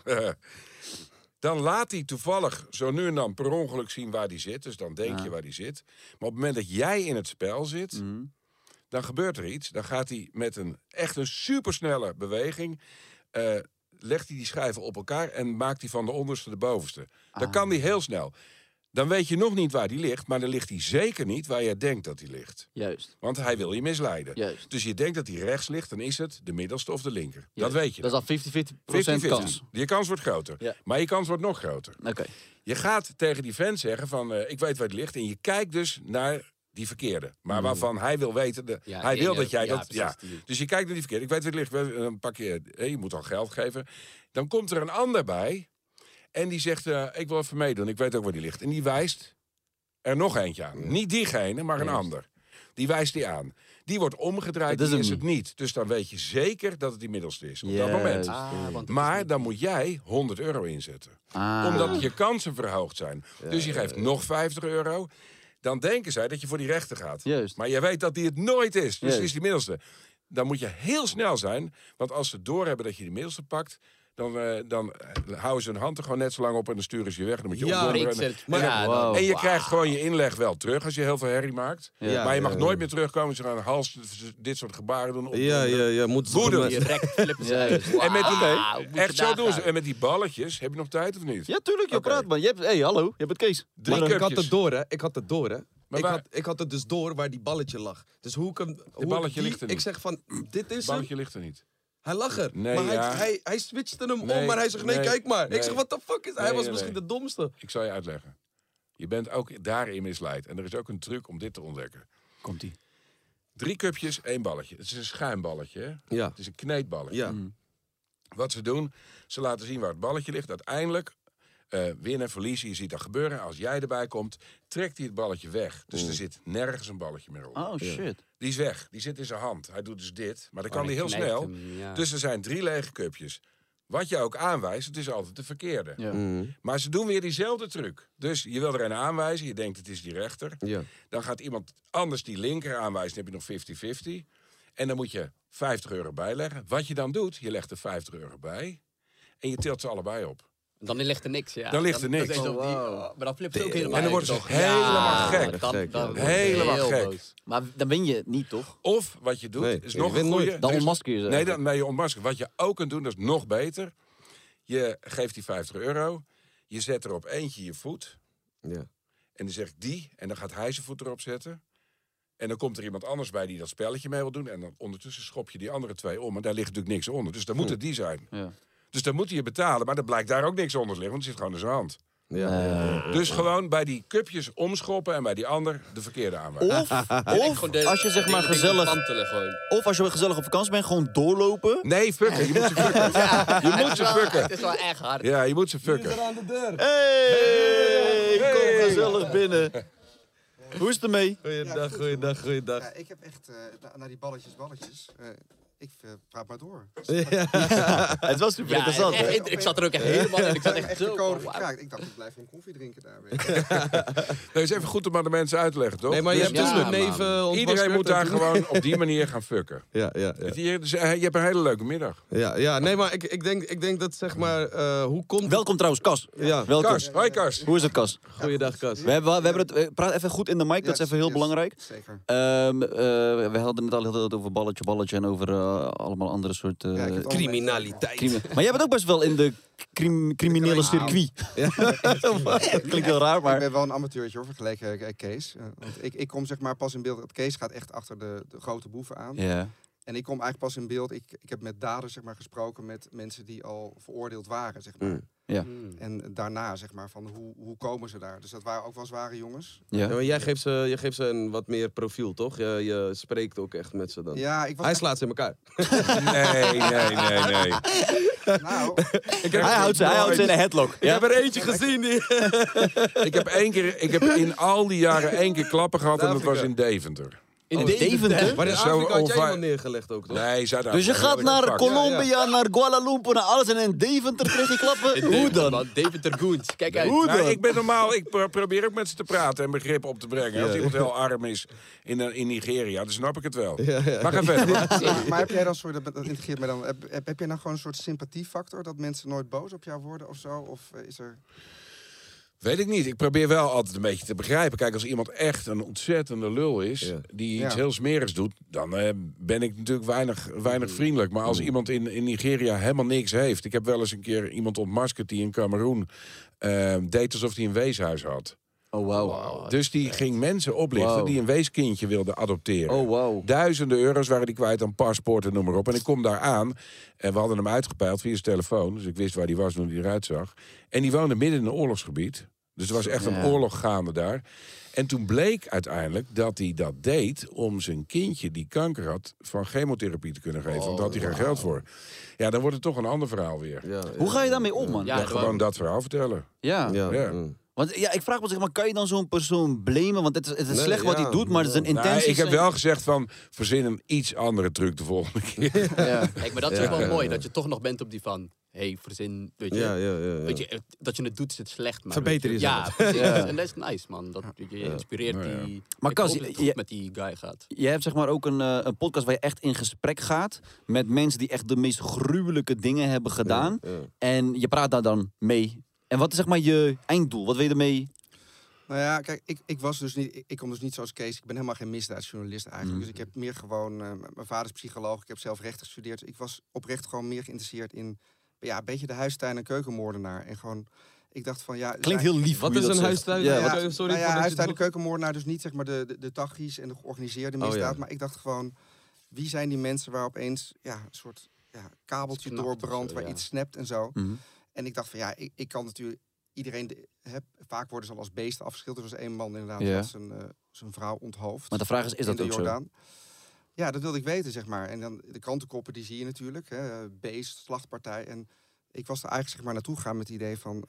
Dan laat hij toevallig zo nu en dan per ongeluk zien waar die zit. Dus dan denk je waar die zit. Maar op het moment dat jij in het spel zit, dan gebeurt er iets. Dan gaat hij met een supersnelle beweging... legt hij die schijven op elkaar en maakt hij van de onderste de bovenste. Dan kan hij heel snel. Dan weet je nog niet waar die ligt, maar dan ligt hij zeker niet waar jij denkt dat hij ligt. Juist. Want hij wil je misleiden. Juist. Dus je denkt dat hij rechts ligt, dan is het de middelste of de linker. Dat Juist. weet je. Dat is al 50% 50-50. kans. Je kans wordt groter. Ja. Maar je kans wordt nog groter. Oké. Je gaat tegen die vent zeggen van, ik weet waar die ligt. En je kijkt dus naar die verkeerde. Maar waarvan hij wil weten, Ja, hij wil ene, dat jij ja, dat... precies, Ja. die. Dus je kijkt naar die verkeerde. Ik weet waar die ligt. Dan pak je, je moet al geld geven. Dan komt er een ander bij. En die zegt, ik wil even meedoen. Ik weet ook waar die ligt. En die wijst er nog eentje aan. Niet diegene, maar een ander. Die wijst die aan. Die wordt omgedraaid, Dat is die is hem het niet. Dus dan weet je zeker dat het die middelste is. Op dat Juist. moment. Maar dan moet jij 100 euro inzetten. Omdat je kansen verhoogd zijn. Dus je geeft nog 50 euro. Dan denken zij dat je voor die rechter gaat. Juist. Maar je weet dat die het nooit is. Dus Juist. het is die middelste. Dan moet je heel snel zijn. Want als ze doorhebben dat je die middelste pakt... Dan houden ze hun hand er gewoon net zo lang op en dan sturen ze je weg. Dan moet je Ja, opdoen. Wow. En je krijgt gewoon je inleg wel terug als je heel veel herrie maakt. Ja. Maar je mag nooit meer terugkomen. Ze gaan hals dit soort gebaren doen. Ja, moet Goed doen. Je rekt flippen ze Juist. uit. En met die, Wauw, moet je echt zo doen ze. nagaan. En met die balletjes, heb je nog tijd of niet? Ja, tuurlijk. Je Oké. praat, man. Hallo. Je hebt het Kees. Drie Maar ik had cupjes. het door, hè. Maar waar- Ik had het dus door waar die balletje lag. Dus hoe ik hem... hoe ik balletje ligt er Ik niet. zeg van, dit is Het hem. balletje ligt er niet. Hij lag er. Nee, maar ja. hij switchte hem Nee, om, maar hij zegt, nee, nee, kijk maar. nee. Ik zeg, what the fuck is hij? Nee, was nee, misschien nee. de domste. Ik zal je uitleggen. Je bent ook daarin misleid. En er is ook een truc om dit te ontdekken. Komt-ie. 3 cupjes, 1 balletje. Het is een schuimballetje, hè? Ja. Het is een kneedballetje. Ja. Wat ze doen, ze laten zien waar het balletje ligt. Uiteindelijk, winnen, verliezen, je ziet dat gebeuren. Als jij erbij komt, trekt hij het balletje weg. Dus er zit nergens een balletje meer op. Oh, shit. Die is weg. Die zit in zijn hand. Hij doet dus dit. Maar dan kan hij hij heel knijpt snel. hem, ja. Dus er zijn 3 lege cupjes. Wat je ook aanwijst, het is altijd de verkeerde. Ja. Maar ze doen weer diezelfde truc. Dus je wil er een aanwijzen. Je denkt het is die rechter. Ja. Dan gaat iemand anders die linker aanwijzen. Dan heb je nog 50-50. En dan moet je 50 euro bijleggen. Wat je dan doet, je legt er 50 euro bij. En je tilt ze allebei op. Dan ligt er niks, ja. Dan ligt er niks. Dat is echt op die- maar dan flippen ze ook helemaal En dan uit, worden ze toch? helemaal gek. Dan Gek, ja. word je Helemaal heel gek. boos. Maar dan win je niet, toch? Of wat je doet, Nee, is je nog een wint nooit. goeie. Dan Er is- ontmasker je ze Nee, eigenlijk. nee, je ontmaskert. Wat je ook kunt doen, dat is nog beter. Je geeft die 50 euro. Je zet er op eentje je voet. Ja. En dan zeg ik die. En dan gaat hij zijn voet erop zetten. En dan komt er iemand anders bij die dat spelletje mee wil doen. En dan ondertussen schop je die andere 2 om. En daar ligt natuurlijk niks onder. Dus dan moet het die zijn. Ja. Dus dan moet hij je betalen. Maar dan blijkt daar ook niks onder te liggen. Want het zit gewoon in zijn hand. Dus gewoon bij die cupjes omschoppen en bij die ander de verkeerde aanwijzen. Of als je zeg maar gezellig... Of als je gezellig op vakantie bent, gewoon doorlopen. Nee, fucken. Je moet ze fucken. Je moet ze fucken. Het is wel echt hard. Ja, je moet ze fucken. aan de deur. Hey, kom gezellig binnen. Hoe is het ermee? Goeiedag. Ja, ik heb echt, naar die balletjes, ik praat maar door. Het was super interessant. Hè? Ik zat er ook echt helemaal in. Ik zat echt zo... Code gekraakt. Ik dacht, ik blijf gewoon koffie drinken daar. Nee, is even goed om aan de mensen uit te leggen, toch? Nee, maar je hebt dus Ja, neven... Iedereen moet daar gewoon op die manier gaan fucken. Ja. Dus, je hebt een hele leuke middag. Ja, nee, maar ik denk dat zeg maar... hoe komt... Welkom trouwens, Cas. Ja. Welkom. Kas, hoi Kas. Hoe is het, Cas? Goeiedag, Kas. We hebben het... Praat even goed in de mic, dat is even heel belangrijk. Zeker. We hadden het al heel veel over balletje en over allemaal andere soorten... Criminaliteit. Maar jij bent ook best wel in de criminele circuit. Klinkt heel raar, Ik maar... ben wel een amateurtje hoor, vergeleken Kees. Want ik kom zeg maar pas in beeld. Kees gaat echt achter de grote boeven aan. Ja. En ik kom eigenlijk pas in beeld. Ik heb met daders zeg maar, gesproken met mensen die al veroordeeld waren. Zeg maar. Ja. En daarna zeg maar van hoe komen ze daar. Dus dat waren ook wel zware jongens. Ja. Ja, maar jij geeft ze een wat meer profiel, toch? Je spreekt ook echt met ze dan. Ja, Hij slaat ze in elkaar. Nee. Nou, Hij houdt ze in een headlock. Ik heb er eentje gezien. Ik heb in al die jaren 1 keer klappen gehad en dat was in Deventer. In Deventer? Maar in Zo Afrika had jij onva- iemand neergelegd ook, toch? Nee, Zuid-Afrika. Dus je gaat naar Colombia, naar Kuala Lumpur, naar alles en in Deventer kreeg je klappen? Hoe dan? Deventer Goons. Kijk uit. Hoe Nou, dan? ik ben normaal, ik probeer ook met ze te praten en begrip op te brengen. Als iemand heel arm is in Nigeria, dan snap ik het wel. Maar ga verder. maar heb jij dan soort, dat integreert mij dan, heb jij nou gewoon een soort sympathiefactor dat mensen nooit boos op jou worden of zo? Of is er... Weet ik niet. Ik probeer wel altijd een beetje te begrijpen. Kijk, als iemand echt een ontzettende lul is, die iets heel smerigs doet, dan ben ik natuurlijk weinig vriendelijk. Maar als iemand in Nigeria helemaal niks heeft. Ik heb wel eens een keer iemand ontmaskerd die in Kameroen deed alsof hij een weeshuis had. Oh, wow. Dus die ging mensen oplichten die een weeskindje wilden adopteren. Oh, wow. Duizenden euro's waren die kwijt aan paspoort en noem maar op. En ik kom daar aan en we hadden hem uitgepeild via zijn telefoon. Dus ik wist waar die was en hoe die eruit zag. En die woonde midden in een oorlogsgebied. Dus er was echt een oorlog gaande daar. En toen bleek uiteindelijk dat hij dat deed om zijn kindje die kanker had van chemotherapie te kunnen geven. Want daar had hij geen geld voor. Ja, dan wordt het toch een ander verhaal weer. Hoe ga je daarmee om, man? Ja, gewoon dat verhaal vertellen. Ja. Want ja, ik vraag me, zeg maar, kan je dan zo'n persoon blamen? Want het is slecht wat hij doet, maar het is een intentie. Ik heb wel gezegd van, verzin een iets andere truc de volgende keer. Kijk, maar dat is ook wel mooi, dat je toch nog bent op die van... verzin, weet je, weet je, dat je het doet, is het slecht. Maar verbeter jezelf. Ja, precies. En dat is nice, man. Dat je inspireert die... Maar Cas, je met die guy gaat. Je hebt zeg maar ook een podcast waar je echt in gesprek gaat met mensen die echt de meest gruwelijke dingen hebben gedaan. En je praat daar dan mee. En wat is zeg maar je einddoel? Wat wil je ermee? Nou ja, kijk, ik kom dus niet zoals Kees. Ik ben helemaal geen misdaadjournalist eigenlijk. Dus ik heb meer gewoon... mijn vader is psycholoog, ik heb zelf rechten gestudeerd. Dus ik was oprecht gewoon meer geïnteresseerd in... Ja, een beetje de huistuin- en keukenmoordenaar. En gewoon, ik dacht van ja... Klinkt heel lief. Wat is een huistuin? Huistuin- en keukenmoordenaar, dus niet zeg maar de tachische en de georganiseerde misdaad. Maar ik dacht gewoon, wie zijn die mensen waar opeens een soort kabeltje doorbrandt, waar iets snapt en zo. En ik dacht van ja, ik kan natuurlijk... Iedereen, vaak worden ze al als beesten afgeschilderd. Er was één man inderdaad dat zijn vrouw onthoofd. Maar de vraag is dat ook Jordaan. Zo? Ja, dat wilde ik weten, zeg maar. En dan de krantenkoppen, die zie je natuurlijk. Beest, slachtpartij. En ik was er eigenlijk zeg maar naartoe gegaan met het idee van...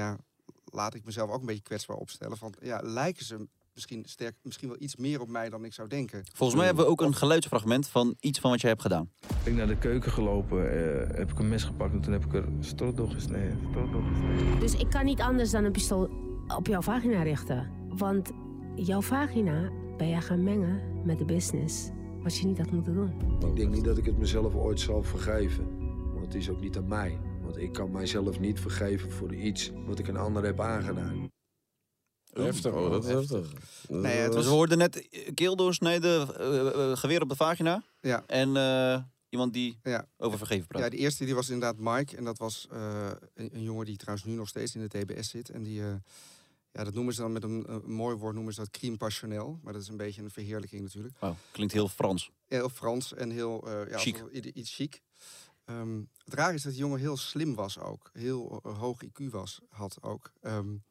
laat ik mezelf ook een beetje kwetsbaar opstellen. Van, lijken ze misschien wel iets meer op mij dan ik zou denken. Volgens mij hebben we ook een geluidsfragment van iets van wat jij hebt gedaan. Ik ben naar de keuken gelopen, heb ik een mes gepakt en toen heb ik er strotdog gesneden. Dus ik kan niet anders dan een pistool op jouw vagina richten. Want jouw vagina ben jij gaan mengen met de business. Wat je niet had moeten doen. Ik denk niet dat ik het mezelf ooit zal vergeven. Want het is ook niet aan mij. Want ik kan mijzelf niet vergeven voor iets wat ik een ander heb aangedaan. Heftig. Dat is heftig. Dus we hoorden net keel doorsnijden, geweer op de vagina. Ja. En iemand die over vergeven praat. Ja, de eerste die was inderdaad Mike. En dat was een jongen die trouwens nu nog steeds in de TBS zit. En die... dat noemen ze dan met een mooi woord, noemen ze dat crime passionnel. Maar dat is een beetje een verheerlijking natuurlijk. Wow, klinkt heel Frans. Heel Frans en heel... chic. Iets chic. Het raar is dat die jongen heel slim was ook. Heel hoog IQ had ook.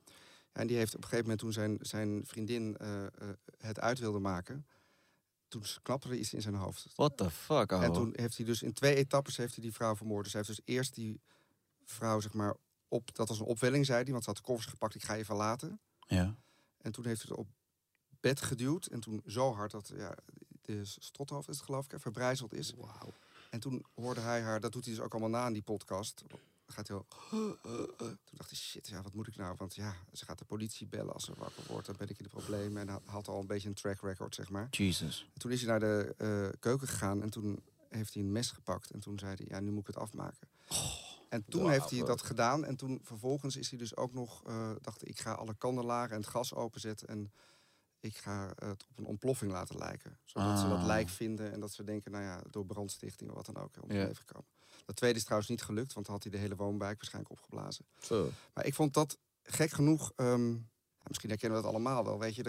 En die heeft op een gegeven moment, toen zijn vriendin het uit wilde maken, toen knapte er iets in zijn hoofd. What the fuck, ouwe. En toen heeft hij dus in 2 etappes die vrouw vermoord. Dus hij heeft dus eerst die vrouw, zeg maar, dat was een opwelling, zei hij, want ze had de koffers gepakt, ik ga je verlaten. Ja. En toen heeft hij het op bed geduwd en toen zo hard dat de strothoofd is het, geloof ik, verbrijzeld is. Wow. En toen hoorde hij haar, dat doet hij dus ook allemaal na in die podcast. Dan gaat hij heel... Toen dacht hij, shit, ja, wat moet ik nou? Want ja, ze gaat de politie bellen als ze wakker wordt. Dan ben ik in de problemen. En hij had al een beetje een track record, zeg maar. Jesus. En toen is hij naar de keuken gegaan en toen heeft hij een mes gepakt. En toen zei hij, ja, nu moet ik het afmaken. En toen heeft hij dat gedaan. En toen vervolgens is hij dus ook nog... dacht ik ga alle kandelaren en het gas openzetten. En ik ga het op een ontploffing laten lijken. Zodat ze dat lijk vinden. En dat ze denken, nou ja, door brandstichting of wat dan ook. Om te leven komen. Dat tweede is trouwens niet gelukt. Want dan had hij de hele woonwijk waarschijnlijk opgeblazen. Zo. Maar ik vond dat gek genoeg... misschien herkennen we dat allemaal wel. Weet je,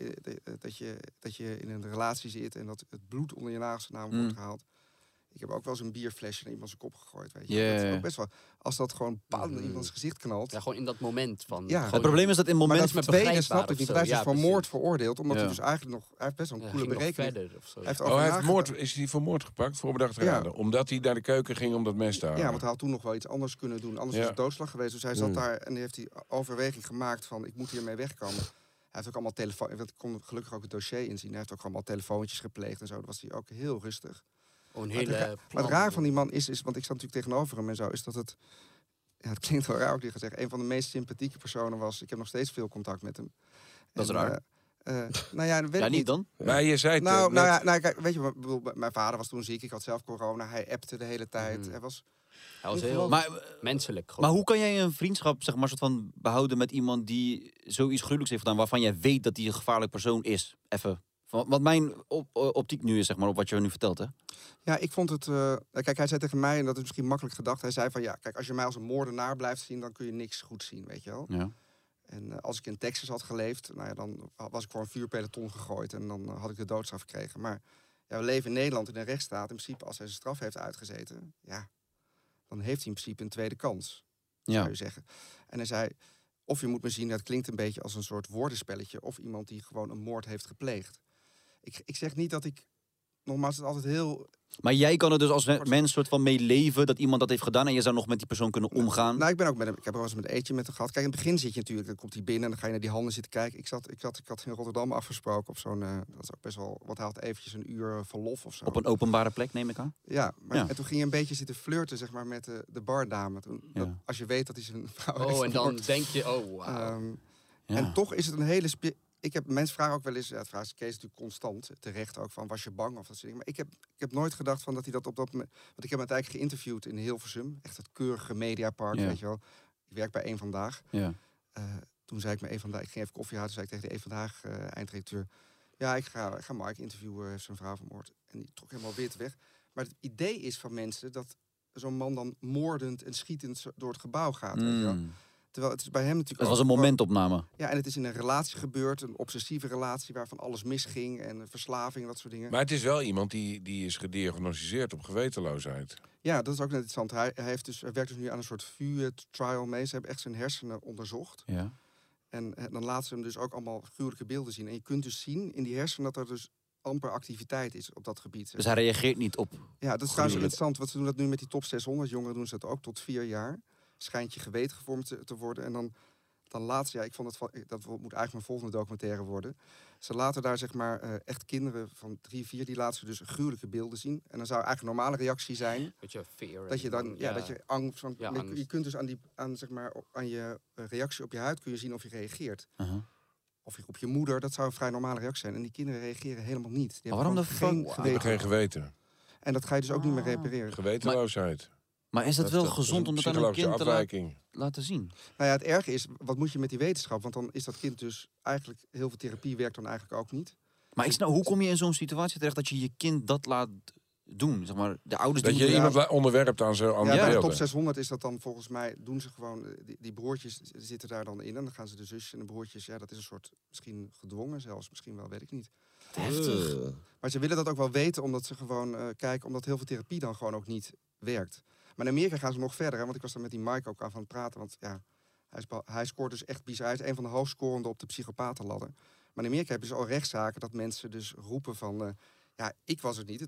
dat je in een relatie zit. En dat het bloed onder je nagels vandaan wordt gehaald. Ik heb ook wel eens een bierflesje naar iemands kop gegooid, weet je. Yeah. Dat is ook best wel, als dat gewoon in iemands gezicht knalt. Ja, gewoon in dat moment van... Ja. Het probleem is dat in het moment... Maar dat tweede snap ik niet. Hij is dus Ja, voor moord veroordeeld, omdat hij dus eigenlijk nog... Hij heeft best wel een coole ging nog berekening. verder of zo. Is hij voor moord gepakt? Voorbedacht raden? Omdat hij naar de keuken ging om dat mes te halen? Ja, want hij had toen nog wel iets anders kunnen doen. Anders was het doodslag geweest. Dus hij zat daar en heeft hij overweging gemaakt van... ik moet hiermee wegkomen. Hij heeft ook allemaal telefoon... Ik kon gelukkig ook het dossier inzien. Hij heeft ook allemaal telefoontjes gepleegd en zo. Dat was hij ook heel rustig. Maar het raar van die man is, want ik zat natuurlijk tegenover hem en zo, is dat het... Ja, het klinkt wel raar ook, die gezegd. Een van de meest sympathieke personen was... Ik heb nog steeds veel contact met hem. Dat is raar. Nou ja, dat weet ik niet dan? Maar je zei het... Kijk, weet je, mijn vader was toen ziek. Ik had zelf corona. Hij appte de hele tijd. Hij was heel menselijk. Gewoon. Maar hoe kan jij een vriendschap, zeg maar, soort van behouden met iemand die zoiets gruwelijks heeft gedaan, waarvan jij weet dat hij een gevaarlijk persoon is? Even. Wat mijn optiek nu is, zeg maar, op wat je nu vertelt, hè? Ja, ik vond het... kijk, hij zei tegen mij, en dat is misschien makkelijk gedacht... Hij zei van, ja, kijk, als je mij als een moordenaar blijft zien... dan kun je niks goed zien, weet je wel? Ja. En als ik in Texas had geleefd... Nou ja, dan was ik voor een vuurpeloton gegooid... en dan had ik de doodstraf gekregen. Maar ja, we leven in Nederland in een rechtsstaat. In principe, als hij zijn straf heeft uitgezeten... ja, dan heeft hij in principe een tweede kans, zou je zeggen. En hij zei, of je moet me zien... dat klinkt een beetje als een soort woordenspelletje... of iemand die gewoon een moord heeft gepleegd. Ik zeg niet dat ik... Nogmaals, het is altijd heel... Maar jij kan er dus als mens soort van mee leven dat iemand dat heeft gedaan en je zou nog met die persoon kunnen omgaan? Nou, ik ben ook met hem. Ik heb er wel eens met eentje met hem gehad. Kijk, in het begin zit je natuurlijk, dan komt hij binnen en dan ga je naar die handen zitten kijken. Ik had in Rotterdam afgesproken op zo'n, dat is ook best wel, wat hij had eventjes een uur verlof of zo. Op een openbare plek, neem ik aan? Ja, maar en toen ging je een beetje zitten flirten, zeg maar, met de bardame. Als je weet dat hij zijn vrouw heeft en dan denk je, wow. En toch is het een hele... Mensen vragen ook wel eens, het vraagt Kees natuurlijk constant, terecht ook, van was je bang of dat soort dingen. Maar ik heb nooit gedacht van dat hij dat op dat moment... Want ik heb hem eigenlijk geïnterviewd in Hilversum, echt het keurige Mediapark, weet je wel. Ik werk bij Eén Vandaag. Ja. Toen zei ik me ik ging even koffie halen, toen zei ik tegen de Eén Vandaag eindredacteur, ja, ik ga Mark interviewen, heeft zijn vrouw vermoord. En die trok helemaal wit weg. Maar het idee is van mensen dat zo'n man dan moordend en schietend door het gebouw gaat, weet je wel. Terwijl het is bij hem natuurlijk... Het was een momentopname. Ja, en het is in een relatie gebeurd. Een obsessieve relatie waarvan alles misging. En verslaving en dat soort dingen. Maar het is wel iemand die is gediagnosticeerd op gewetenloosheid. Ja, dat is ook net interessant. Hij werkt dus nu aan een soort VU-trial mee. Ze hebben echt zijn hersenen onderzocht. Ja. En dan laten ze hem dus ook allemaal gruwelijke beelden zien. En je kunt dus zien in die hersenen dat er dus amper activiteit is op dat gebied. Dus hij reageert niet op... Ja, dat is trouwens interessant. Want ze doen dat nu met die top 600 jongeren. Doen ze dat ook tot 4 jaar. Schijnt je geweten gevormd te worden. En dan laten ze, ik vond dat moet eigenlijk mijn volgende documentaire worden. Ze laten daar zeg maar echt kinderen van 3, 4, die laten ze dus gruwelijke beelden zien. En dan zou eigenlijk een normale reactie zijn. Dat je dan, dat je angst van. Je kunt dus aan je reactie op je huid kun je zien of je reageert. Of op je moeder, dat zou een vrij normale reactie zijn. En die kinderen reageren helemaal niet. Die waarom hebben geen geweten? En dat ga je dus ook niet meer repareren. Gewetenloosheid. Maar is dat wel gezond om dat aan een kind te laten zien? Nou ja, het erge is, wat moet je met die wetenschap? Want dan is dat kind dus eigenlijk... Heel veel therapie werkt dan eigenlijk ook niet. Maar hoe kom je in zo'n situatie terecht dat je je kind dat laat doen? Zeg maar, de ouders dat je iemand onderwerpt aan zo'n beelden. Bij de top 600 is dat dan volgens mij... doen ze gewoon... Die broertjes zitten daar dan in. En dan gaan ze de zusjes en de broertjes... Ja, dat is een soort... Misschien gedwongen zelfs. Misschien wel, weet ik niet. Heftig. Maar ze willen dat ook wel weten, omdat ze gewoon kijken... Omdat heel veel therapie dan gewoon ook niet werkt. Maar in Amerika gaan ze nog verder, hè? Want ik was daar met die Mike ook aan van het praten. Want ja, Hij scoort dus echt bizar. Hij is een van de hoogscorende op de psychopatenladder. Maar in Amerika heb je dus al rechtszaken dat mensen dus roepen van... ik was het niet.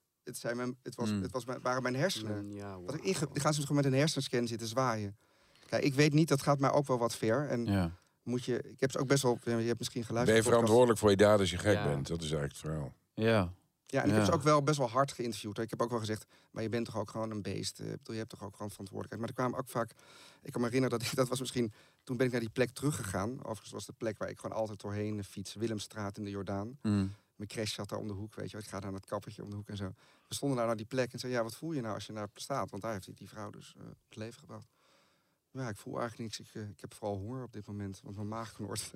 Het waren mijn hersenen. Die gaan ze gewoon met een hersenscan zitten zwaaien. Kijk, ik weet niet, dat gaat mij ook wel wat ver. En ik heb ze ook best wel... Je hebt misschien geluisterd. Ben je verantwoordelijk voor je daden als je gek bent? Dat is eigenlijk het verhaal. Ja. Ja, en ik heb ze ook wel best wel hard geïnterviewd. Ik heb ook wel gezegd, maar je bent toch ook gewoon een beest. Je hebt toch ook gewoon verantwoordelijkheid. Maar er kwamen ook vaak... Ik kan me herinneren dat was misschien... Toen ben ik naar die plek teruggegaan. Overigens was de plek waar ik gewoon altijd doorheen fiets. Willemstraat in de Jordaan. Mijn crash zat daar om de hoek, weet je. Ik ga daar naar het kappertje om de hoek en zo. We stonden daar naar die plek en zeiden... Ja, wat voel je nou als je daar staat? Want daar heeft die vrouw dus het leven gebracht. Ja, ik voel eigenlijk niks. Ik heb vooral honger op dit moment. Want mijn maag knort.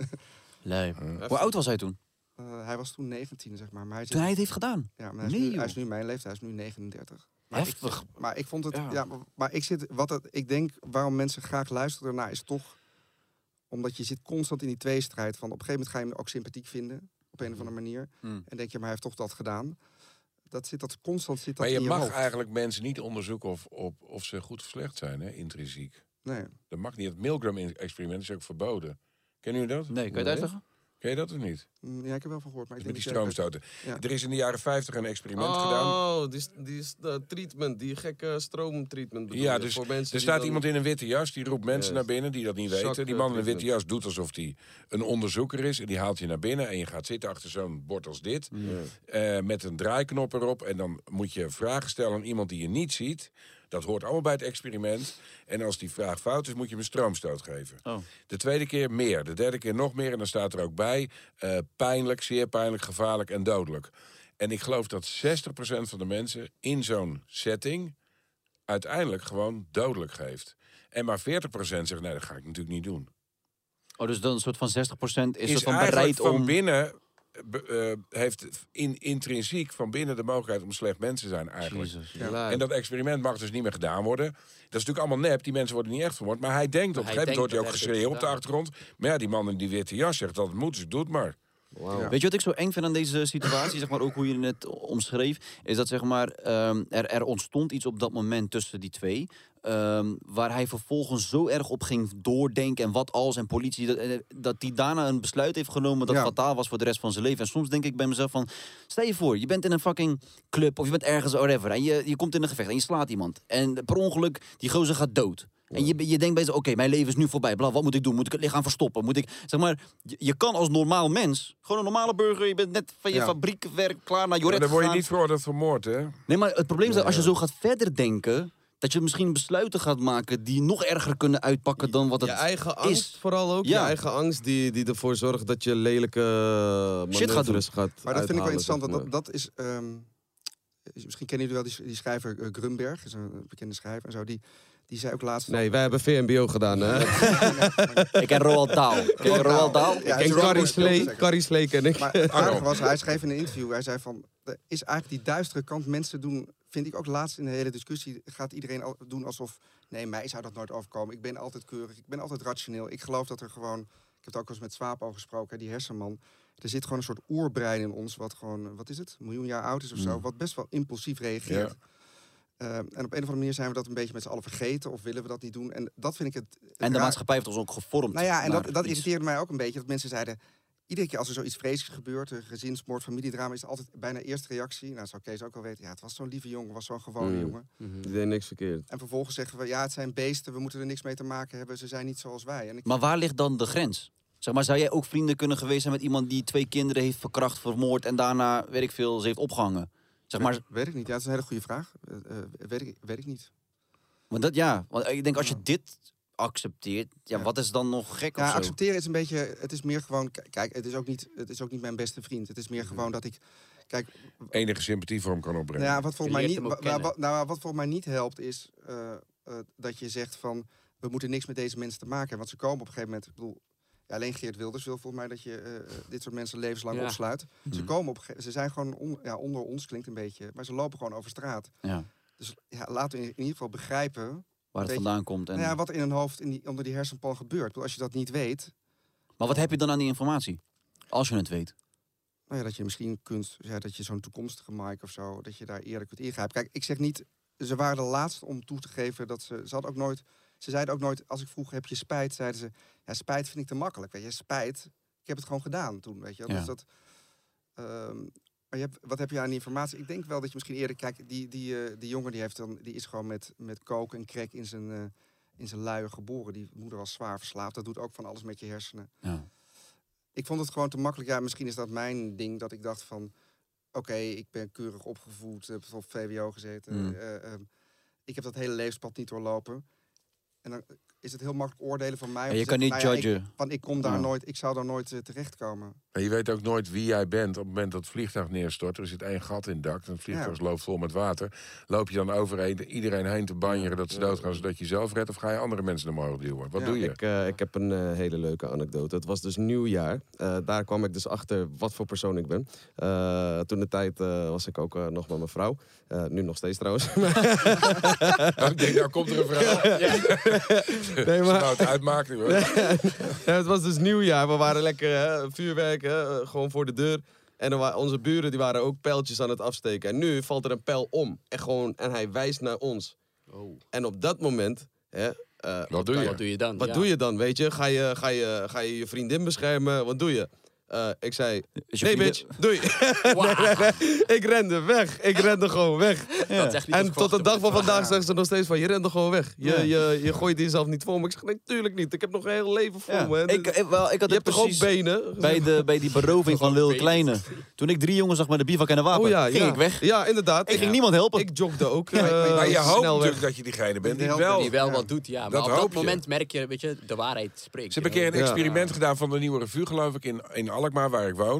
Hoe oud was hij toen? Hij was toen 19, zeg maar. Toen hij het heeft gedaan? Ja, maar hij is nu mijn leeftijd. Hij is nu 39. Heftig. Maar ik vond het... Maar ik denk, waarom mensen graag luisteren ernaar is toch... Omdat je zit constant in die tweestrijd van... Op een gegeven moment ga je hem ook sympathiek vinden. Op een of andere manier. En denk je, maar hij heeft toch dat gedaan. Constant zit dat in je hoofd. Maar je mag eigenlijk mensen niet onderzoeken of ze goed of slecht zijn, hè, intrinsiek. Nee. Dat mag niet. Het Milgram-experiment is ook verboden. Kennen jullie dat? Nee, kan je het uitleggen? Ken je dat of niet? Ja, ik heb wel van gehoord. Maar ik met denk die stroomstoten. Ja. Er is in de jaren 50 een experiment gedaan. Oh, die treatment, die gekke stroomtreatment. Ja, dus er staat iemand in een witte jas, die roept mensen naar binnen die dat niet weten. Die man in een witte jas doet alsof hij een onderzoeker is. En die haalt je naar binnen en je gaat zitten achter zo'n bord als dit. Met een draaiknop erop. En dan moet je vragen stellen aan iemand die je niet ziet. Dat hoort allemaal bij het experiment. En als die vraag fout is, moet je hem een stroomstoot geven. De tweede keer meer, de derde keer nog meer. En dan staat er ook bij, pijnlijk, zeer pijnlijk, gevaarlijk en dodelijk. En ik geloof dat 60% van de mensen in zo'n setting... uiteindelijk gewoon dodelijk geeft. En maar 40% zegt, nee, dat ga ik natuurlijk niet doen. Oh, dus dan een soort van 60% is van bereid om... van binnen... heeft intrinsiek van binnen de mogelijkheid om slecht mens te zijn eigenlijk. En dat experiment mag dus niet meer gedaan worden. Dat is natuurlijk allemaal nep. Die mensen worden niet echt vermoord. Maar hij denkt op een gegeven moment, wordt hij ook geschreeuwd op de achtergrond. Maar ja, die man in die witte jas zegt dat het moet, dus doe het maar. Wow. Weet je wat ik zo eng vind aan deze situatie, zeg maar ook hoe je het net omschreef, is dat zeg maar er ontstond iets op dat moment tussen die twee, waar hij vervolgens zo erg op ging doordenken en wat als en politie, dat die daarna een besluit heeft genomen dat fataal was voor de rest van zijn leven. En soms denk ik bij mezelf van, stel je voor, je bent in een fucking club of je bent ergens whatever en je komt in een gevecht en je slaat iemand en per ongeluk die gozer gaat dood. En je denkt bij jezelf, oké, mijn leven is nu voorbij. Wat moet ik doen? Moet ik het lichaam verstoppen? Moet ik, zeg maar, je kan als normaal mens, gewoon een normale burger, je bent net van je fabriekwerk klaar naar Joret gegaan. Dan word je niet veroordeeld voor moord, hè? Nee, maar het probleem is dat als je zo gaat verder denken, dat je misschien besluiten gaat maken die nog erger kunnen uitpakken dan wat het is. Je eigen angst vooral ook. Je eigen angst die ervoor zorgt dat je lelijke shit gaat doen. Maar dat vind ik wel interessant, want dat is... misschien kennen jullie wel die schrijver Grunberg, is een bekende schrijver en zo, die zei ook laatst... Nee, wij hebben VMBO gedaan, hè? Ik ken Roald Dahl. Ik ken Carrie Slee ken ik. Maar het aardige was, hij schreef in een interview, hij zei van... is eigenlijk die duistere kant mensen doen... vind ik ook laatst in de hele discussie... gaat iedereen doen alsof... nee, mij zou dat nooit overkomen. Ik ben altijd keurig, ik ben altijd rationeel. Ik geloof dat er gewoon... ik heb het ook wel eens met Swaap over gesproken, die hersenman. Er zit gewoon een soort oerbrein in ons... wat gewoon, wat is het? 1 miljoen jaar oud is of zo. Wat best wel impulsief reageert. Ja. En op een of andere manier zijn we dat een beetje met z'n allen vergeten... of willen we dat niet doen. En dat vind ik het en de maatschappij heeft ons ook gevormd. Nou ja, en dat irriteerde mij ook een beetje. Dat mensen zeiden... iedere keer als er zoiets vreselijks gebeurt... een gezinsmoord, familiedrama... is het altijd bijna eerste reactie... nou, dat zou Kees ook wel weten... ja, het was zo'n lieve jongen, was zo'n gewone jongen. Die deed niks verkeerd. En vervolgens zeggen we... ja, het zijn beesten, we moeten er niks mee te maken hebben... ze zijn niet zoals wij. Maar waar ligt dan de grens? Zeg maar, zou jij ook vrienden kunnen geweest zijn met iemand... die 2 kinderen heeft verkracht, vermoord... en daarna, weet ik veel, ze heeft opgehangen? Zeg maar... Weet ik niet, ja, dat is een hele goede vraag. Weet ik niet. Want want ik denk als je dit accepteert, wat is dan nog gek of zo? Accepteren is een beetje, het is meer gewoon, kijk, het is ook niet mijn beste vriend. Het is meer gewoon dat ik, kijk... enige sympathie voor hem kan opbrengen. Nou ja, wat volgens mij niet helpt is dat je zegt van, we moeten niks met deze mensen te maken hebben. Want ze komen op een gegeven moment, ik bedoel... Ja, alleen Geert Wilders wil volgens mij dat je dit soort mensen levenslang opsluit. Ze komen ze zijn gewoon onder ons, klinkt een beetje, maar ze lopen gewoon over straat. Ja. Dus laten we in ieder geval begrijpen waar het vandaan komt. En... wat er in hun hoofd onder die hersenpan gebeurt. Als je dat niet weet... Maar wat heb je dan aan die informatie? Als je het weet? Nou ja, dat je misschien kunt... Ja, dat je zo'n toekomstige Mike of zo... dat je daar eerlijk kunt ingrijpen. Kijk, ik zeg niet... Ze waren de laatste om toe te geven dat ze... Ze hadden ook nooit Ze zeiden ook nooit, als ik vroeg, heb je spijt? Zeiden ze, ja, spijt vind ik te makkelijk. Weet je, spijt, ik heb het gewoon gedaan toen, weet je wel. Ja. Dus dat... Maar wat heb je aan die informatie? Ik denk wel dat je misschien eerder... Kijk, die jongen die is gewoon met coke en crack in zijn luier geboren. Die moeder was zwaar verslaafd. Dat doet ook van alles met je hersenen. Ja. Ik vond het gewoon te makkelijk. Ja, misschien is dat mijn ding. Dat ik dacht van... Oké, ik ben keurig opgevoed. Heb op VWO gezeten. Ik heb dat hele levenspad niet doorlopen. En dan is het heel makkelijk oordelen van mij. Je kan niet judgen. Ik kom daar nooit... Ik zou daar nooit terechtkomen. En je weet ook nooit wie jij bent op het moment dat het vliegtuig neerstort. Er zit 1 gat in het dak. En het vliegtuig loopt vol met water. Loop je dan over iedereen heen te banjeren dat ze doodgaan zodat je zelf redt? Of ga je andere mensen naar omhoog duwen? Wat doe je? Ik heb een hele leuke anekdote. Het was dus nieuwjaar. Daar kwam ik dus achter wat voor persoon ik ben. Toen de tijd was ik ook nog met mijn vrouw. Nu nog steeds trouwens. Ik denk, nou komt er een verhaal. Nee, maar... Nou, het uitmaken. Hoor. Het was dus nieuwjaar. We waren lekker vuurwerk, gewoon voor de deur. En onze buren die waren ook pijltjes aan het afsteken. En nu valt er een pijl om. En hij wijst naar ons. Oh. En op dat moment... Wat doe je dan? Wat doe je dan, weet je? Ga je vriendin beschermen? Wat doe je? Ik zei, nee bitch, doei. Nee. Ik rende weg. Ik rende gewoon weg. Ja. Dat is echt niet en tot de dag van vandaag zeggen ze nog steeds van, je rende gewoon weg. Je gooit jezelf niet voor me. Ik zeg, nee, tuurlijk niet. Ik heb nog een heel leven voor me. Ik had je hebt toch ook benen? Bij die beroving van Lil Kleine. Toen ik 3 jongens zag met een bivak en een wapen, ging ik weg. Ja, inderdaad. Ik ging niemand helpen. Ik jogde ook. Maar je hoopt natuurlijk dat je diegene bent die wel wat doet. Ja. Maar op dat moment merk je, weet je, de waarheid spreekt. Ze hebben een keer een experiment gedaan van de Nieuwe Revue, geloof ik, in Alkmaar, waar ik woon.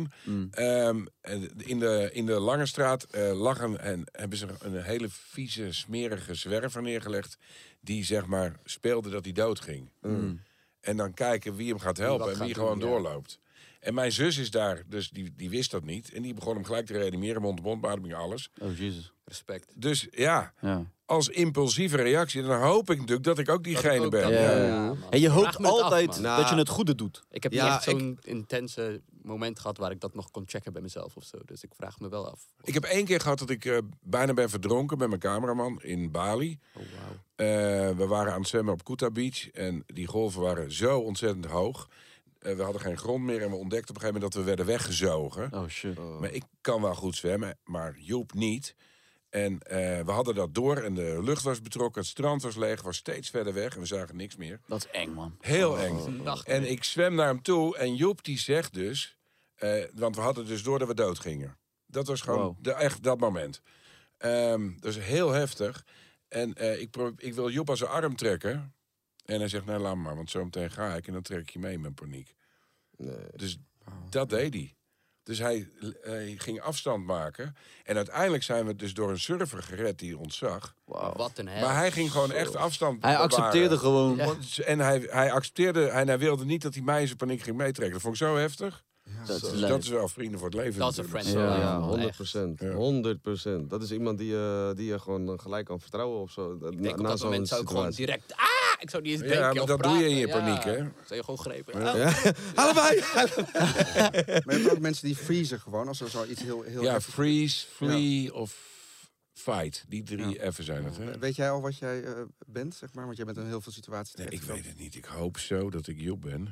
In de Lange Straat hebben ze een hele vieze, smerige zwerver neergelegd. Die zeg maar speelde dat hij doodging. En dan kijken wie hem gaat helpen en wie gewoon doorloopt. En mijn zus is daar, dus die wist dat niet. En die begon hem gelijk te reanimeren, mond-to-mond beademing, alles. Oh, jezus. Respect. Dus ja, als impulsieve reactie, dan hoop ik natuurlijk dat ik ook diegene ben. En je hoopt altijd dat je het goede doet. Ik heb niet echt zo'n intense moment gehad waar ik dat nog kon checken bij mezelf of zo. Dus ik vraag me wel af. Ik heb 1 keer gehad dat ik bijna ben verdronken met mijn cameraman in Bali. Oh, wow. We waren aan het zwemmen op Kuta Beach en die golven waren zo ontzettend hoog. We hadden geen grond meer en we ontdekten op een gegeven moment dat we werden weggezogen. Oh shit. Maar ik kan wel goed zwemmen, maar Joep niet. En we hadden dat door en de lucht was betrokken, het strand was leeg, was steeds verder weg en we zagen niks meer. Dat is eng, man. Heel eng. En ik zwem naar hem toe en Joep die zegt dus, want we hadden dus door dat we dood gingen. Dat was gewoon echt dat moment. Dat is heel heftig. En ik wil Joep aan zijn arm trekken. En hij zegt, nee, laat maar, want zo meteen ga ik en dan trek ik je mee met paniek. Nee. Dus dat deed hij. Dus hij ging afstand maken. En uiteindelijk zijn we dus door een surfer gered die ons zag. Wow. Wat een hel. Maar hij ging gewoon echt afstand Hij accepteerde gewoon. Ja. En hij accepteerde, hij wilde niet dat hij mij in zijn paniek ging meetrekken. Dat vond ik zo heftig. Ja, dat is wel vrienden voor het leven. Dat is een friend. Ja, 100%. Dat is iemand die je gewoon gelijk kan vertrouwen of zo. Ik denk op dat moment zou ik gewoon direct... Ik zou niet eens denken. Ja, maar dat doe je in je paniek, hè? Zou je gewoon grepen. Allebei! Maar je hebt ook mensen die freezen gewoon, als er zoiets heel ja, freeze, flee of fight. Die 3 F'en zijn het, hè? Weet jij al wat jij bent, zeg maar? Want jij bent in heel veel situaties. Nee, ik weet het niet. Ik hoop zo dat ik Joep ben.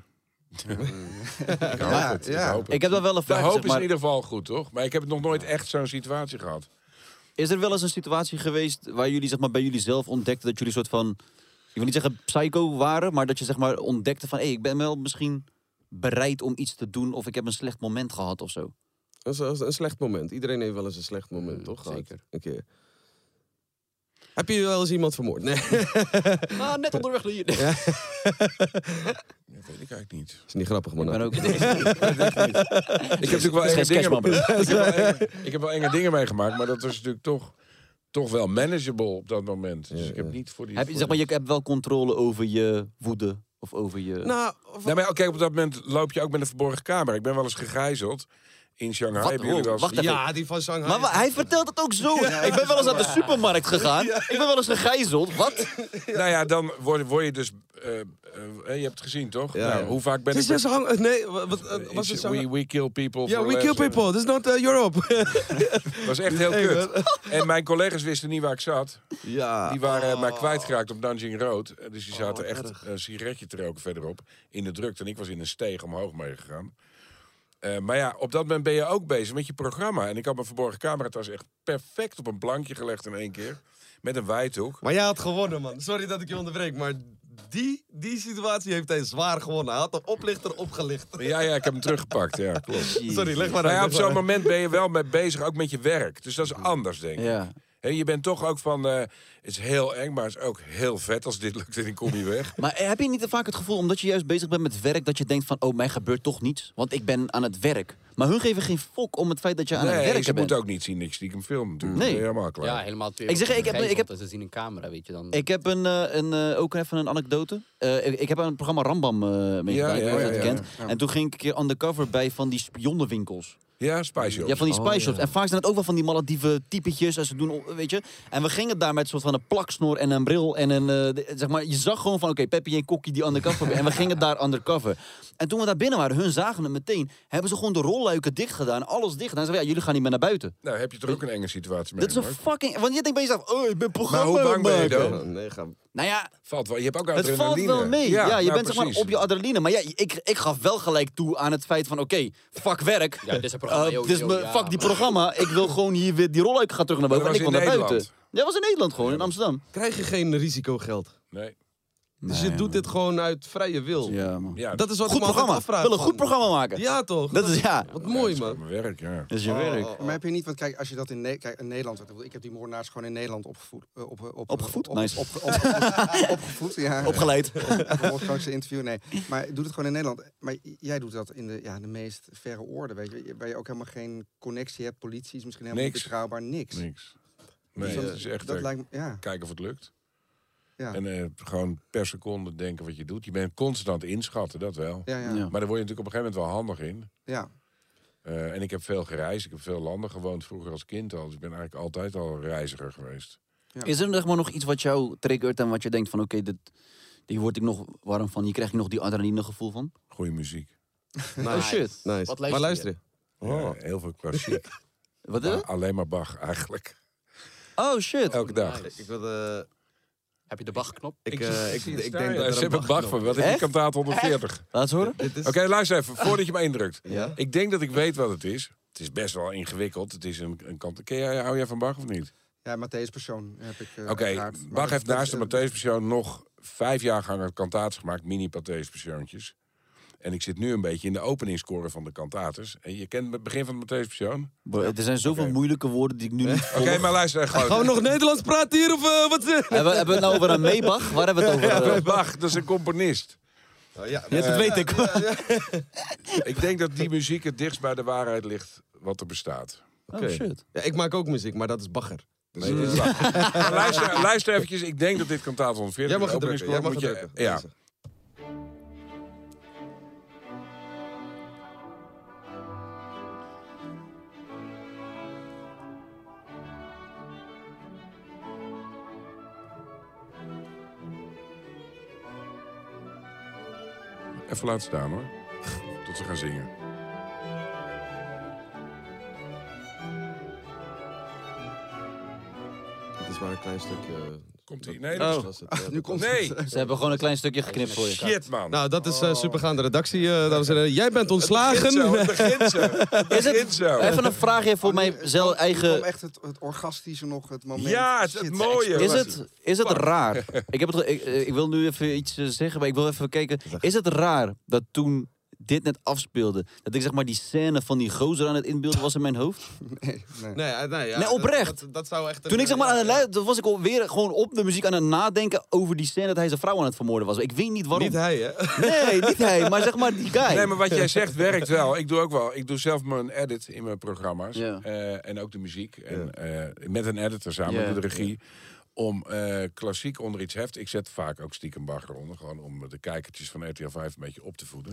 Ik heb dan wel een vraag. De hoop is in ieder geval goed, toch? Maar ik heb nog nooit echt zo'n situatie gehad. Is er wel eens een situatie geweest waar jullie zeg maar, bij jullie zelf ontdekten dat jullie soort van... Ik wil niet zeggen psycho waren, maar dat je zeg maar ontdekte van... ik ben wel misschien bereid om iets te doen of ik heb een slecht moment gehad of zo. Een slecht moment. Iedereen heeft wel eens een slecht moment, toch? Zeker. Een keer. Heb je wel eens iemand vermoord? Nee. Net onderweg naar hier. Ja. Dat weet ik eigenlijk niet. Is niet grappig, man. Ik heb natuurlijk wel enge dingen meegemaakt, maar dat was natuurlijk toch wel manageable op dat moment. Dus ik heb niet voor die... Zeg maar, je hebt wel controle over je woede of over je... Nee, maar kijk, op dat moment loop je ook met een verborgen camera. Ik ben wel eens gegijzeld In Shanghai hebben jullie wel eens... Wacht even. Ja, die van Shanghai. Maar hij vertelt het ook zo. Ik ben wel eens naar de supermarkt gegaan. Ik ben wel eens gegijzeld. Wat? Nou ja, dan word je dus... je hebt het gezien, toch? Ja. Nou, hoe vaak ben Het ik... is nee, wat was het we kill people. Ja, we kill people. This is not Europe. Dat was echt heel kut. En mijn collega's wisten niet waar ik zat. Ja. Die waren mij kwijtgeraakt op Nanjing Road. Dus die zaten echt een sigaretje te roken verderop. In de drukte. En ik was in een steeg omhoog meegegaan. Maar ja, op dat moment ben je ook bezig met je programma. En ik had mijn verborgen cameratas echt perfect op een plankje gelegd in 1 keer. Met een wijdhoek. Maar jij had gewonnen, man. Sorry dat ik je onderbreek, maar die situatie heeft hij zwaar gewonnen. Hij had de oplichter opgelicht. Ja, ik heb hem teruggepakt. Ja, klopt. Sorry, leg maar Nou uit. ja, op zo'n moment ben je wel mee bezig, ook met je werk. Dus dat is anders, denk ik. Ja. Je bent toch ook van... het is heel eng, maar het is ook heel vet. Als dit lukt, dan kom je weg. Maar heb je niet vaak het gevoel, omdat je juist bezig bent met werk, dat je denkt van, oh, mij gebeurt toch niets? Want ik ben aan het werk. Maar hun geven geen fok om het feit dat je aan het werken bent. Ze moeten ook niet zien dat ik stiekem film natuurlijk. Nee. Helemaal klaar. Ja, helemaal. Ik zeg, ik heb ze zien een camera, weet je dan. Ik heb ook even een anekdote. Ik heb aan het programma Rambam meegedaan. Ik weet niet of je het kent. Ja. En toen ging ik een keer undercover bij van die spionnenwinkels. Ja, Spy Shops. Ja, van die Spy Shops. Ja. En vaak zijn het ook wel van die maladieve typetjes. Als ze doen, weet je. En we gingen daar met een soort van een plaksnor en een bril. En zeg maar, je zag gewoon van, oké, Peppy en Kokkie die undercover. En we gingen daar undercover. En toen we daar binnen waren, hun zagen het meteen. Hebben ze gewoon de rolluiken dicht gedaan. Alles dicht gedaan. En zeiden, ja, jullie gaan niet meer naar buiten. Nou, heb je toch ook een enge situatie mee? Dit is een fucking... Want je denkt bij jezelf, oh, ik ben Maar programma hoe bang ben je maken. dan? Nee, Nou ja... Valt wel. Je hebt ook Het adrenaline. valt wel mee. Ja, je nou, bent zeg maar op je adrenaline. Maar ja, ik gaf wel gelijk toe aan het feit van... Oké, fuck werk. Ja, dit is een programma. Fuck die programma. Ik wil gewoon hier weer die rolluik gaan terug naar boven. En ik wil naar buiten. Ja, dat was in Nederland gewoon, in Amsterdam. Krijg je geen risicogeld? Nee. Dus je doet dit gewoon uit vrije wil. Ja, man. Ja, dat is wat goed ik me altijd programma. afvraag. Wil een goed programma maken. Ja, toch? Dat is, ja. Wat mooi, dat man. is mijn werk, ja. Dat is je werk. Maar heb je niet, want kijk, als je dat in Nederland... Ik heb die moordenaars gewoon in Nederland opgevoed. Opgevoed? Nice. Opgevoed, ja. Opgeleid. Een interview, nee. Maar doe het gewoon in Nederland. Maar jij doet dat in de meest verre oorden, weet je. Waar je ook helemaal geen connectie hebt. Politie is misschien helemaal niet betrouwbaar. Niks. Nee, Dus het is echt dat lijkt me, kijken of het lukt. Ja. En gewoon per seconde denken wat je doet. Je bent constant inschatten, dat wel. Ja. Maar daar word je natuurlijk op een gegeven moment wel handig in. Ja. En ik heb veel gereisd. Ik heb veel landen gewoond vroeger als kind al. Dus ik ben eigenlijk altijd al reiziger geweest. Ja. Is er zeg maar nog iets wat jou triggert en wat je denkt van... Oké, die word ik nog warm van. Hier krijg ik nog die adrenaline gevoel van. Goeie muziek. Nice. Oh shit. Nice. Wat Maar luister je? Ja, heel veel klassiek. Wat is het? Alleen maar Bach, eigenlijk. Oh shit. Elke dag. Ik wil... Heb je de Bach-knop? Ik denk dat Ze er hebben een Bach van. Wat heb je Echt? kantaat 140? Laat eens horen. Oké, luister even, voordat je me indrukt. Ja? Ik denk dat ik weet wat het is. Het is best wel ingewikkeld. Het is een kant. Hou jij van Bach of niet? Ja, Matthäus Persoon heb ik. Oké, Bach heeft naast de Matthäus Persoon nog 5 jaargangen kantates gemaakt, mini Matthäus Persoontjes. En ik zit nu een beetje in de openingskoren van de kantates. En je kent het begin van de Matthäus Persoon? Er zijn zoveel moeilijke woorden die ik nu niet volg. Oké, maar luister gewoon. Gaan we nog Nederlands praten hier of wat? Hebben we het nou over een Maybach? Waar hebben we het over? Ja, Bach, dat is een componist. Ja, dat weet ik. Ik denk dat die muziek het dichtst bij de waarheid ligt wat er bestaat. Oh shit. Ja, ik maak ook muziek, maar dat is bagger. Dus, Nee, dit is Bach. luister eventjes, ik denk dat dit kantaat 140 jij mag is. het drukken. Jij mag het Moet je- drukken. Ja. Even laten staan hoor. Tot ze gaan zingen. Het is maar een klein stukje. Komt-ie? Nee, Oh. Dat is het, Nu komt nee. Ze hebben gewoon een klein stukje geknipt voor je. Shit, man. Nou, dat is supergaande redactie, dames en heren. Jij bent ontslagen. Het begint zo. Het begint zo. Even een vraagje voor mij zelf eigen... echt het orgastische nog, het moment. Ja, het Shit. mooie. Is het raar? Ik wil nu even iets zeggen, maar ik wil even kijken. Is het raar dat toen dit net afspeelde, dat ik zeg maar die scène van die gozer aan het inbeelden was in mijn hoofd? Nee. Nee, oprecht. Dat zou echt... Toen ik zeg maar aan het luisteren, was ik alweer gewoon op de muziek aan het nadenken over die scène dat hij zijn vrouw aan het vermoorden was. Ik weet niet waarom. Niet hij, hè? Nee, niet hij, maar zeg maar die guy. Nee, maar wat jij zegt werkt wel. Ik doe ook wel. Ik doe zelf mijn edit in mijn programma's. Ja. En ook de muziek. En met een editor samen, Ja. de regie. om klassiek onder iets heft. Ik zet vaak ook stiekem bagger onder. Gewoon om de kijkertjes van RTL 5 een beetje op te voeden.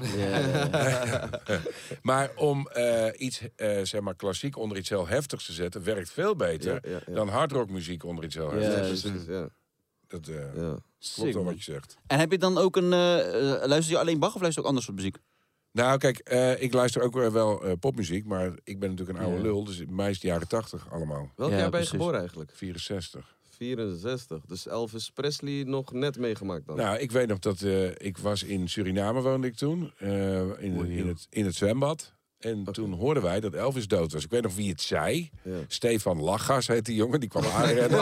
Maar om iets, zeg maar, klassiek onder iets heel heftigs te zetten, werkt veel beter dan hardrockmuziek onder iets heel heftigs. Ja, precies, ja. Dat klopt wel wat je zegt. En heb je dan ook een... luister je alleen Bach of luister je ook anders soort muziek? Nou, kijk, ik luister ook wel popmuziek, maar ik ben natuurlijk een oude lul. Dus bij mij is het jaren 80 allemaal. Welk jaar ben je geboren eigenlijk? 64. 64. Dus Elvis Presley nog net meegemaakt dan? Nou, ik weet nog dat ik was in Suriname, woonde ik toen. In het zwembad. En toen hoorden wij dat Elvis dood was. Ik weet nog wie het zei. Ja. Stefan Lachgas heet die jongen. Die kwam aanrennen.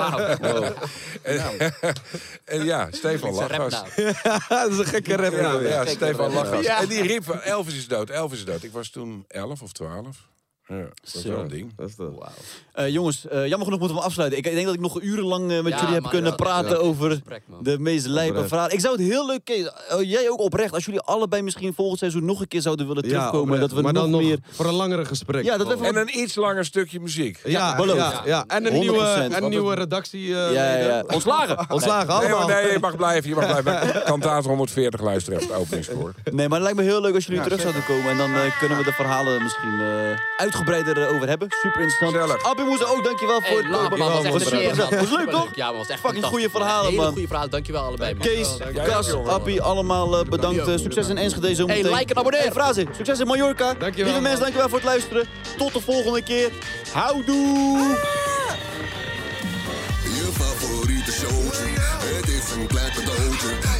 En ja, Stefan Lachgas. Dat is een gekke rap. Ja, Stefan Lachgas. Ja. En die riep, Elvis is dood, Elvis is dood. Ik was toen 11 of 12. Ja, dat is wel een ding. Dat is dat. Jongens, jammer genoeg moeten we afsluiten. Ik denk dat ik nog urenlang met jullie heb kunnen praten over de meest lijpe verhalen. Ik zou het heel leuk... jij ook oprecht. Als jullie allebei misschien volgend seizoen nog een keer zouden willen terugkomen. Dat we maar nog dan meer... voor een langere gesprek. Ja, dat en een iets langer stukje muziek. Ja. En een nieuwe redactie. Ontslagen. Allemaal. Nee, je mag blijven. Kantaat 140 luisteren heeft het openingskoor. Nee, maar het lijkt me heel leuk als jullie terug zouden komen. En dan kunnen we de verhalen misschien uitgebreider over hebben. Super interessant. Appie Moes ook, dankjewel voor het man, was echt een was leuk, toch? Ja, was echt fucking goede verhalen, man. Goede verhalen, dankjewel allebei. Kees, Kas, Appie, allemaal bedankt. Succes in Enschede zo meteen. Hey, like en abonneer. Fraze, succes in Mallorca. Dankjewel. Lieve mensen, dankjewel voor het luisteren. Tot de volgende keer. Houdoe! Je favoriete showtje, het is een klein cadeautje.